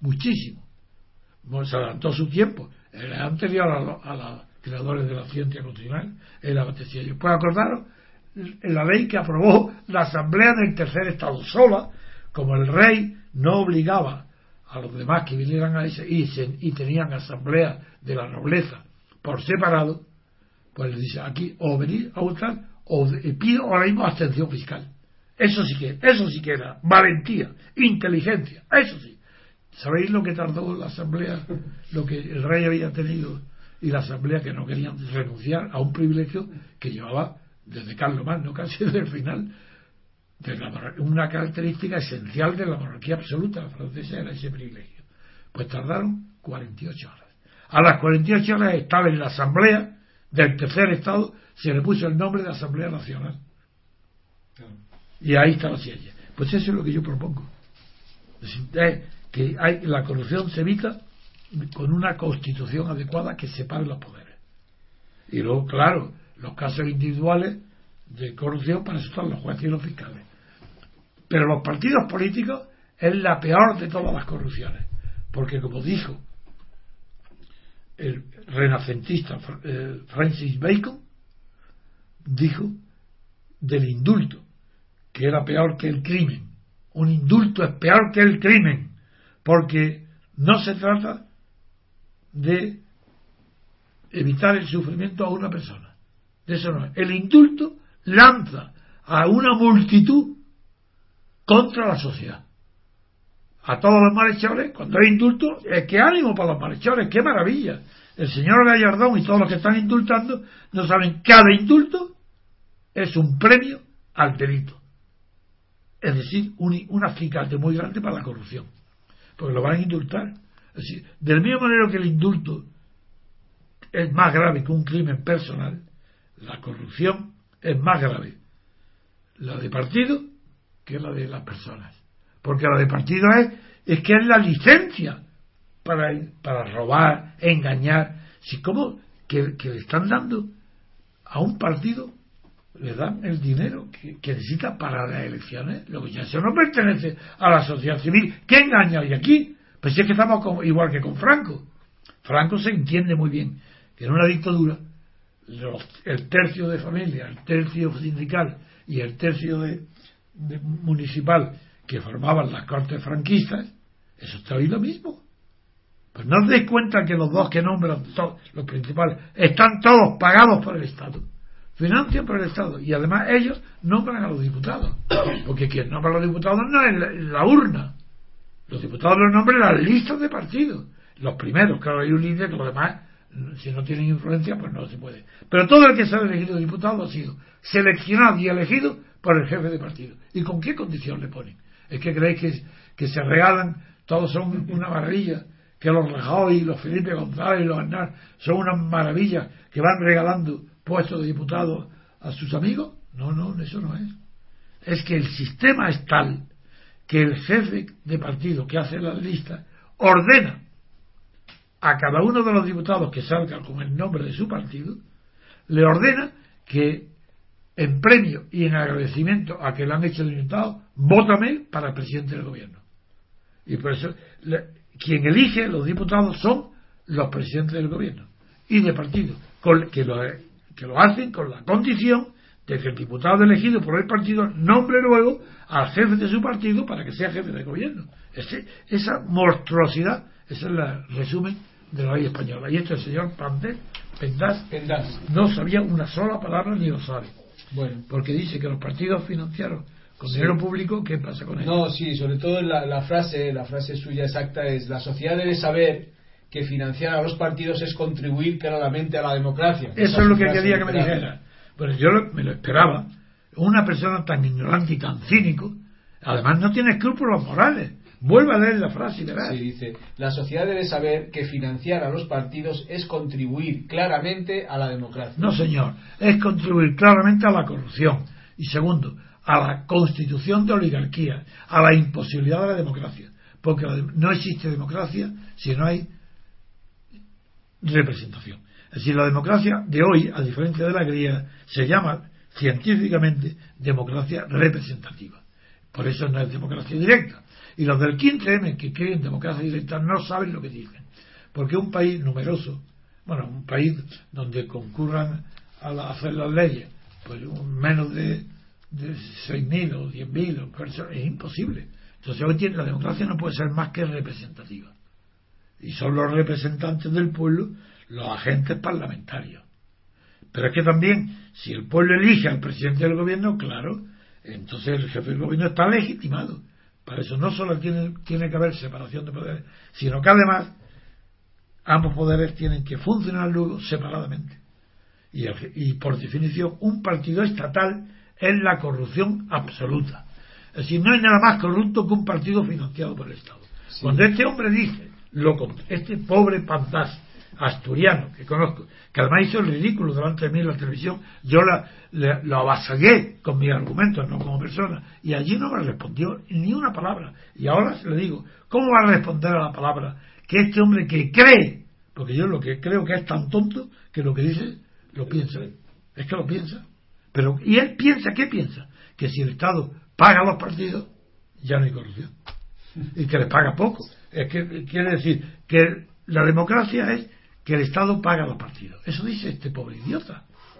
se adelantó su tiempo, era anterior a los creadores de la ciencia constitucional, el abate Sieyes. Pues acordaros en la ley que aprobó la asamblea del tercer estado sola, como el rey no obligaba a los demás que vinieran a ese y tenían asamblea de la nobleza por separado, pues les dice: aquí o venir a votar o pido ahora mismo abstención fiscal. Eso sí que era valentía, inteligencia, eso sí. ¿Sabéis lo que tardó la asamblea, lo que el rey había tenido y la asamblea, que no querían renunciar a un privilegio que llevaba desde Carlomagno, casi desde el final, una característica esencial de la monarquía absoluta francesa era ese privilegio? Pues tardaron 48 horas. A las 48 horas estaba en la asamblea del tercer estado, se le puso el nombre de Asamblea Nacional. Y ahí está la ciencia. Pues eso es lo que yo propongo. Que la corrupción se evita con una constitución adecuada que separe los poderes. Y luego, claro, los casos individuales de corrupción, para eso están los jueces y los fiscales. Pero los partidos políticos es la peor de todas las corrupciones, porque, como dijo el renacentista Francis Bacon, dijo del indulto que era peor que el crimen. Un indulto es peor que el crimen, porque no se trata de evitar el sufrimiento a una persona. De eso no es. El indulto lanza a una multitud contra la sociedad. A todos los malhechores, cuando hay indulto, qué ánimo para los malhechores, qué maravilla. El señor Gallardón y todos los que están indultando no saben, cada indulto es un premio al delito. Es decir, un acicate muy grande para la corrupción, porque lo van a indultar. Es decir, del mismo manera que el indulto es más grave que un crimen personal, la corrupción es más grave la de partido que la de las personas, porque la de partido es que es la licencia para robar, engañar. Si como que le están dando a un partido, le dan el dinero que necesita para las elecciones, luego ya eso no pertenece a la sociedad civil. ¿Qué engaña hay aquí? Pues es que estamos igual que con Franco. Franco se entiende muy bien que en una dictadura el tercio de familia, el tercio sindical y el tercio de municipal que formaban las cortes franquistas, eso está ahí lo mismo. Pues no os deis cuenta que los dos que nombran, los principales, están todos pagados por el Estado, financian por el Estado, y además ellos nombran a los diputados, porque quien nombra a los diputados no es la urna. Los diputados los nombran las listas de partidos, los primeros. Claro, hay un líder, que los demás, si no tienen influencia, pues no se puede. Pero todo el que se ha elegido diputado ha sido seleccionado y elegido por el jefe de partido. ¿Y con qué condición le ponen? ¿Es que creéis que se regalan, todos son una maravilla, que los Rajoy, los Felipe González, los Aznar son unas maravillas que van regalando puestos de diputados a sus amigos? No, eso no es. Es que el sistema es tal que el jefe de partido que hace las listas ordena a cada uno de los diputados que salga con el nombre de su partido, le ordena que en premio y en agradecimiento a que le han hecho el diputado, vótame para presidente del gobierno. Y por eso quien elige los diputados son los presidentes del gobierno y de partido, que lo hacen con la condición de que el diputado elegido por el partido nombre luego al jefe de su partido para que sea jefe de gobierno. Esa monstruosidad, ese es el resumen de la ley española. Y el señor Pendas no sabía una sola palabra ni lo sabe. Bueno, porque dice que los partidos financiaron con dinero público. ¿Qué pasa con eso? No, sí, sobre todo la frase suya exacta es: la sociedad debe saber que financiar a los partidos es contribuir claramente a la democracia. Eso es lo que quería que me dijera. Bueno, yo me lo esperaba. Una persona tan ignorante y tan cínico, además no tiene escrúpulos morales. Vuelve a leer la frase y verás. Sí, dice: la sociedad debe saber que financiar a los partidos es contribuir claramente a la democracia. No, señor, es contribuir claramente a la corrupción. Y segundo, a la constitución de oligarquía, a la imposibilidad de la democracia. Porque no existe democracia si no hay representación. Es decir, la democracia de hoy, a diferencia de la griega, se llama científicamente democracia representativa. Por eso no es democracia directa. Y los del 15M que creen democracia directa no saben lo que dicen. Porque un país numeroso, un país donde concurran a hacer las leyes, pues menos de 6.000 o 10.000 personas, es imposible. Entonces hoy la democracia no puede ser más que representativa. Y son los representantes del pueblo los agentes parlamentarios. Pero es que también, si el pueblo elige al presidente del gobierno, claro, entonces el jefe del gobierno está legitimado. Para eso no solo tiene que haber separación de poderes, sino que además ambos poderes tienen que funcionar luego separadamente. Y por definición, un partido estatal es la corrupción absoluta. Es decir, no hay nada más corrupto que un partido financiado por el Estado. Sí. Cuando este hombre dice, este pobre Pandás asturiano que conozco, que además hizo el ridículo delante de mí en la televisión, yo lo avasallé con mis argumentos, no como persona, y allí no me respondió ni una palabra. Y ahora le digo, ¿cómo va a responder a la palabra que este hombre que cree, porque yo lo que creo que es tan tonto que lo que dice lo piensa, es que lo piensa, pero y él piensa, ¿qué piensa? Que si el Estado paga a los partidos ya no hay corrupción, y que les paga poco. Es que quiere decir que la democracia es que el Estado paga a los partidos. Eso dice este pobre idiota.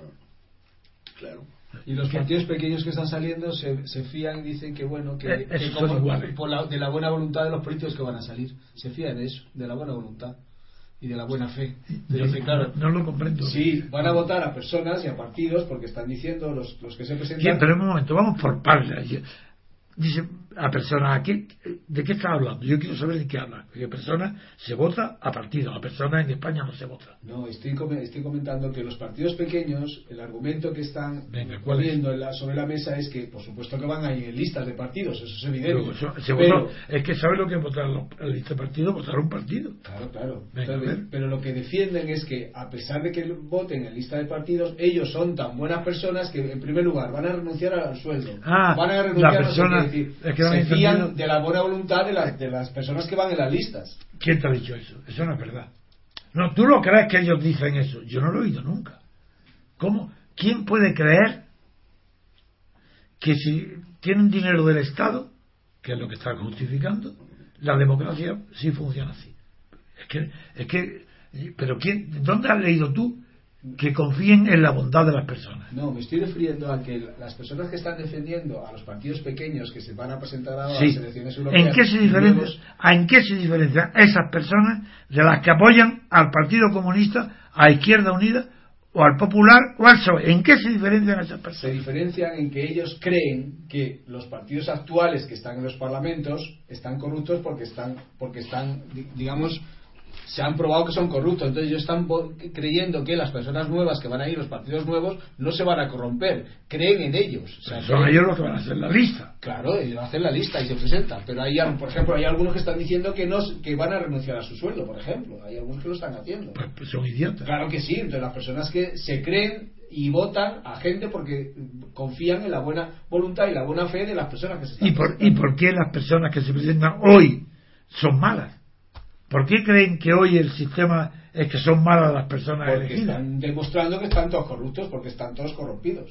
Claro. Y los partidos pequeños que están saliendo se fían y dicen que bueno, que son iguales. De la buena voluntad de los políticos que van a salir. Se fían de eso, de la buena voluntad y de la buena fe. Dice, claro, no lo comprendo. Sí, van a votar a personas y a partidos porque están diciendo los que se presentan. Bien, pero en un momento, vamos por partes. Dice a personas, ¿de qué está hablando? Yo quiero saber de qué habla. Porque personas se vota a partidos, a personas en España no se vota. No, estoy comentando que los partidos pequeños, el argumento que están poniendo sobre la mesa es que, por supuesto que van a ir en listas de partidos, eso es evidente. Pero es que ¿sabe lo que votar en lista de partidos? Votar un partido. Claro. Pero lo que defienden es que, a pesar de que voten en lista de partidos, ellos son tan buenas personas que, en primer lugar, van a renunciar al sueldo. van a renunciar a decir, se fían de la buena voluntad de las personas que van en las listas. ¿Quién te ha dicho eso? Eso no es verdad. No, tú lo crees que ellos dicen eso. Yo no lo he oído nunca. ¿Cómo? ¿Quién puede creer que si tienen dinero del Estado, que es lo que está justificando, la democracia sí funciona así? Pero ¿dónde has leído tú que confíen en la bondad de las personas? No, me estoy refiriendo a que las personas que están defendiendo a los partidos pequeños que se van a presentar ahora a las elecciones europeas. ¿En qué se diferencian esas personas de las que apoyan al Partido Comunista, a Izquierda Unida o al Popular o al PSOE? ¿En qué se diferencian esas personas? Se diferencian en que ellos creen que los partidos actuales que están en los parlamentos están corruptos porque están, digamos, se han probado que son corruptos. Entonces ellos están creyendo que las personas nuevas que van a ir, los partidos nuevos, no se van a corromper, creen en ellos. O sea, son ellos los que van a hacer la lista. Claro, ellos hacen la lista y se presentan. Pero por ejemplo, hay algunos que están diciendo que van a renunciar a su sueldo, por ejemplo. Hay algunos que lo están haciendo. Pues son idiotas. Claro que sí. Entonces las personas que se creen y votan a gente porque confían en la buena voluntad y la buena fe de las personas que se están presentando. ¿Y por qué las personas que se presentan hoy son malas? ¿Por qué creen que hoy el sistema es que son malas las personas porque elegidas? Están demostrando que están todos corruptos, porque están todos corrompidos.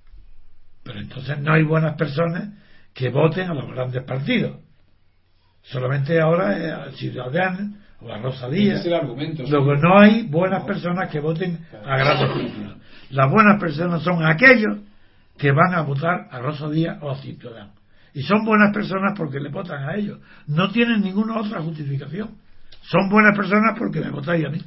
Pero entonces no hay buenas personas que voten a los grandes partidos. Solamente ahora es a Ciudadanos o a Rosa Díaz. Ese es el argumento. Luego no hay buenas personas que voten a grandes partidos. Las buenas personas son aquellos que van a votar a Rosa Díaz o a Ciudadanos. Y son buenas personas porque le votan a ellos. No tienen ninguna otra justificación. Son buenas personas porque me votáis a mí.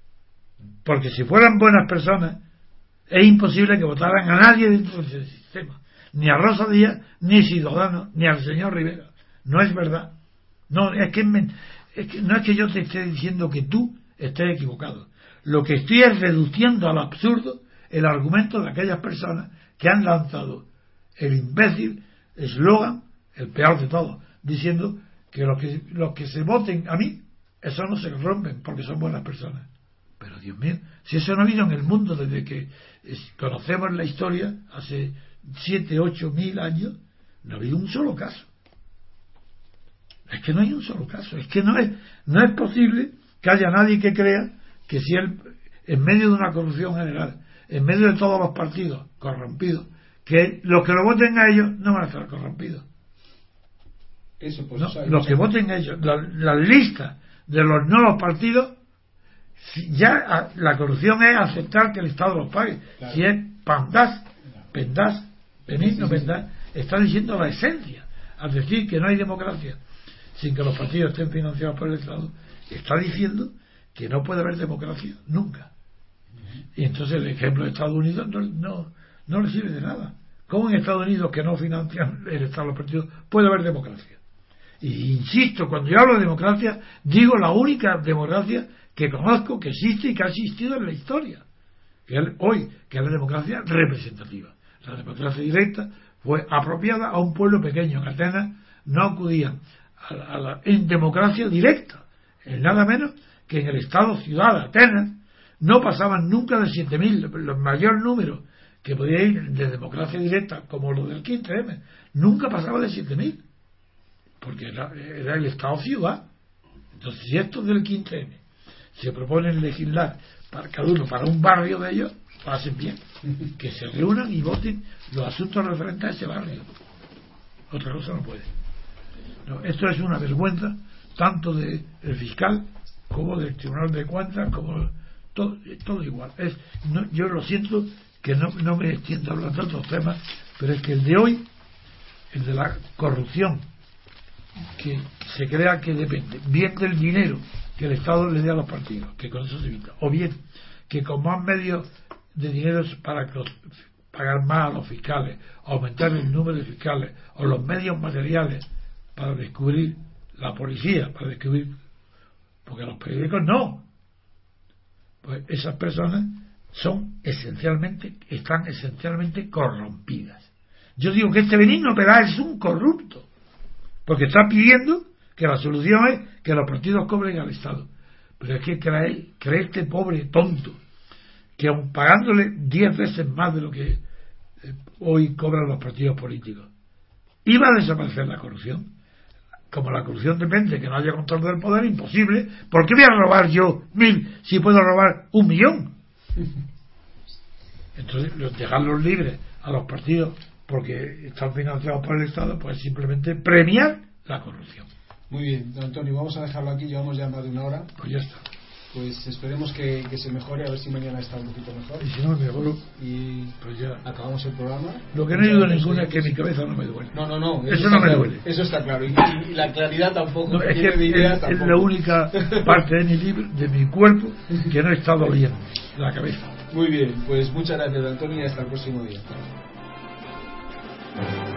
Porque si fueran buenas personas, es imposible que votaran a nadie dentro del sistema. Ni a Rosa Díaz, ni a Ciudadanos, ni al señor Rivera. No es verdad. No es que no es que yo te esté diciendo que tú estés equivocado. Lo que estoy es reduciendo al absurdo el argumento de aquellas personas que han lanzado el imbécil eslogan, el peor de todos, diciendo que los que se voten a mí, eso no se rompen porque son buenas personas. Pero Dios mío, si eso no ha habido en el mundo desde que conocemos la historia, hace 7, 8 mil años, no ha habido un solo caso. Es que no hay un solo caso. Es que no es posible que haya nadie que crea que si él, en medio de una corrupción general, en medio de todos los partidos corrompidos, que los que lo voten a ellos no van a estar corrompidos. Eso, pues, no, los que voten a ellos, la lista de los nuevos partidos, ya la corrupción es aceptar que el Estado los pague. Claro. Si es Pendás, está diciendo la esencia. al decir que no hay democracia sin que los partidos estén financiados por el Estado, está diciendo que no puede haber democracia nunca. Y entonces el ejemplo de Estados Unidos no le sirve de nada. ¿Cómo en Estados Unidos, que no financian el Estado los partidos, puede haber democracia? Y insisto, cuando yo hablo de democracia, digo la única democracia que conozco, que existe y que ha existido en la historia, que es la democracia representativa. La democracia directa fue apropiada a un pueblo pequeño. En Atenas no acudían en democracia directa, en nada menos que en el Estado ciudad de Atenas no pasaban nunca de 7.000, el mayor número que podía ir de democracia directa, como lo del 15M, nunca pasaba de 7.000, porque era el Estado ciudad. Entonces, si estos del 15M se proponen legislar para cada uno, para un barrio de ellos, lo hacen bien, que se reúnan y voten los asuntos referentes a ese barrio. Otra cosa no puede. No, esto es una vergüenza tanto del fiscal como del Tribunal de Cuentas, como todo igual. Yo lo siento que no me extiendo hablando de otros temas, pero es que el de hoy, el de la corrupción, que se crea que depende bien del dinero que el Estado le dé a los partidos, que con eso se evita, o bien que con más medios de dinero para pagar más a los fiscales, aumentar el número de fiscales, o los medios materiales para descubrir la policía, para descubrir, porque los periódicos no, pues esas personas están esencialmente corrompidas. Yo digo que este Benigno Peláez es un corrupto, porque está pidiendo que la solución es que los partidos cobren al Estado. Pero es que cree este pobre tonto que aun pagándole 10 veces más de lo que hoy cobran los partidos políticos, iba a desaparecer la corrupción. Como la corrupción depende que no haya control del poder, imposible. ¿Por qué voy a robar yo 1.000 si puedo robar 1.000.000? Entonces, dejarlos libres a los partidos porque están financiados por el Estado, pues simplemente premiar la corrupción. Muy bien, don Antonio, vamos a dejarlo aquí, llevamos ya más de una hora. Pues ya está. Pues esperemos que se mejore, a ver si mañana está un poquito mejor. Y si no, mejor. Y pues ya acabamos el programa. Lo que no he ido ninguna es que mi cabeza no me duele. No. Eso no me claro, duele. Eso está claro. Y la claridad tampoco. No, es la única parte de mi libro, de mi cuerpo, que no está doliendo, la cabeza. Muy bien, pues muchas gracias, Antonio, y hasta el próximo día.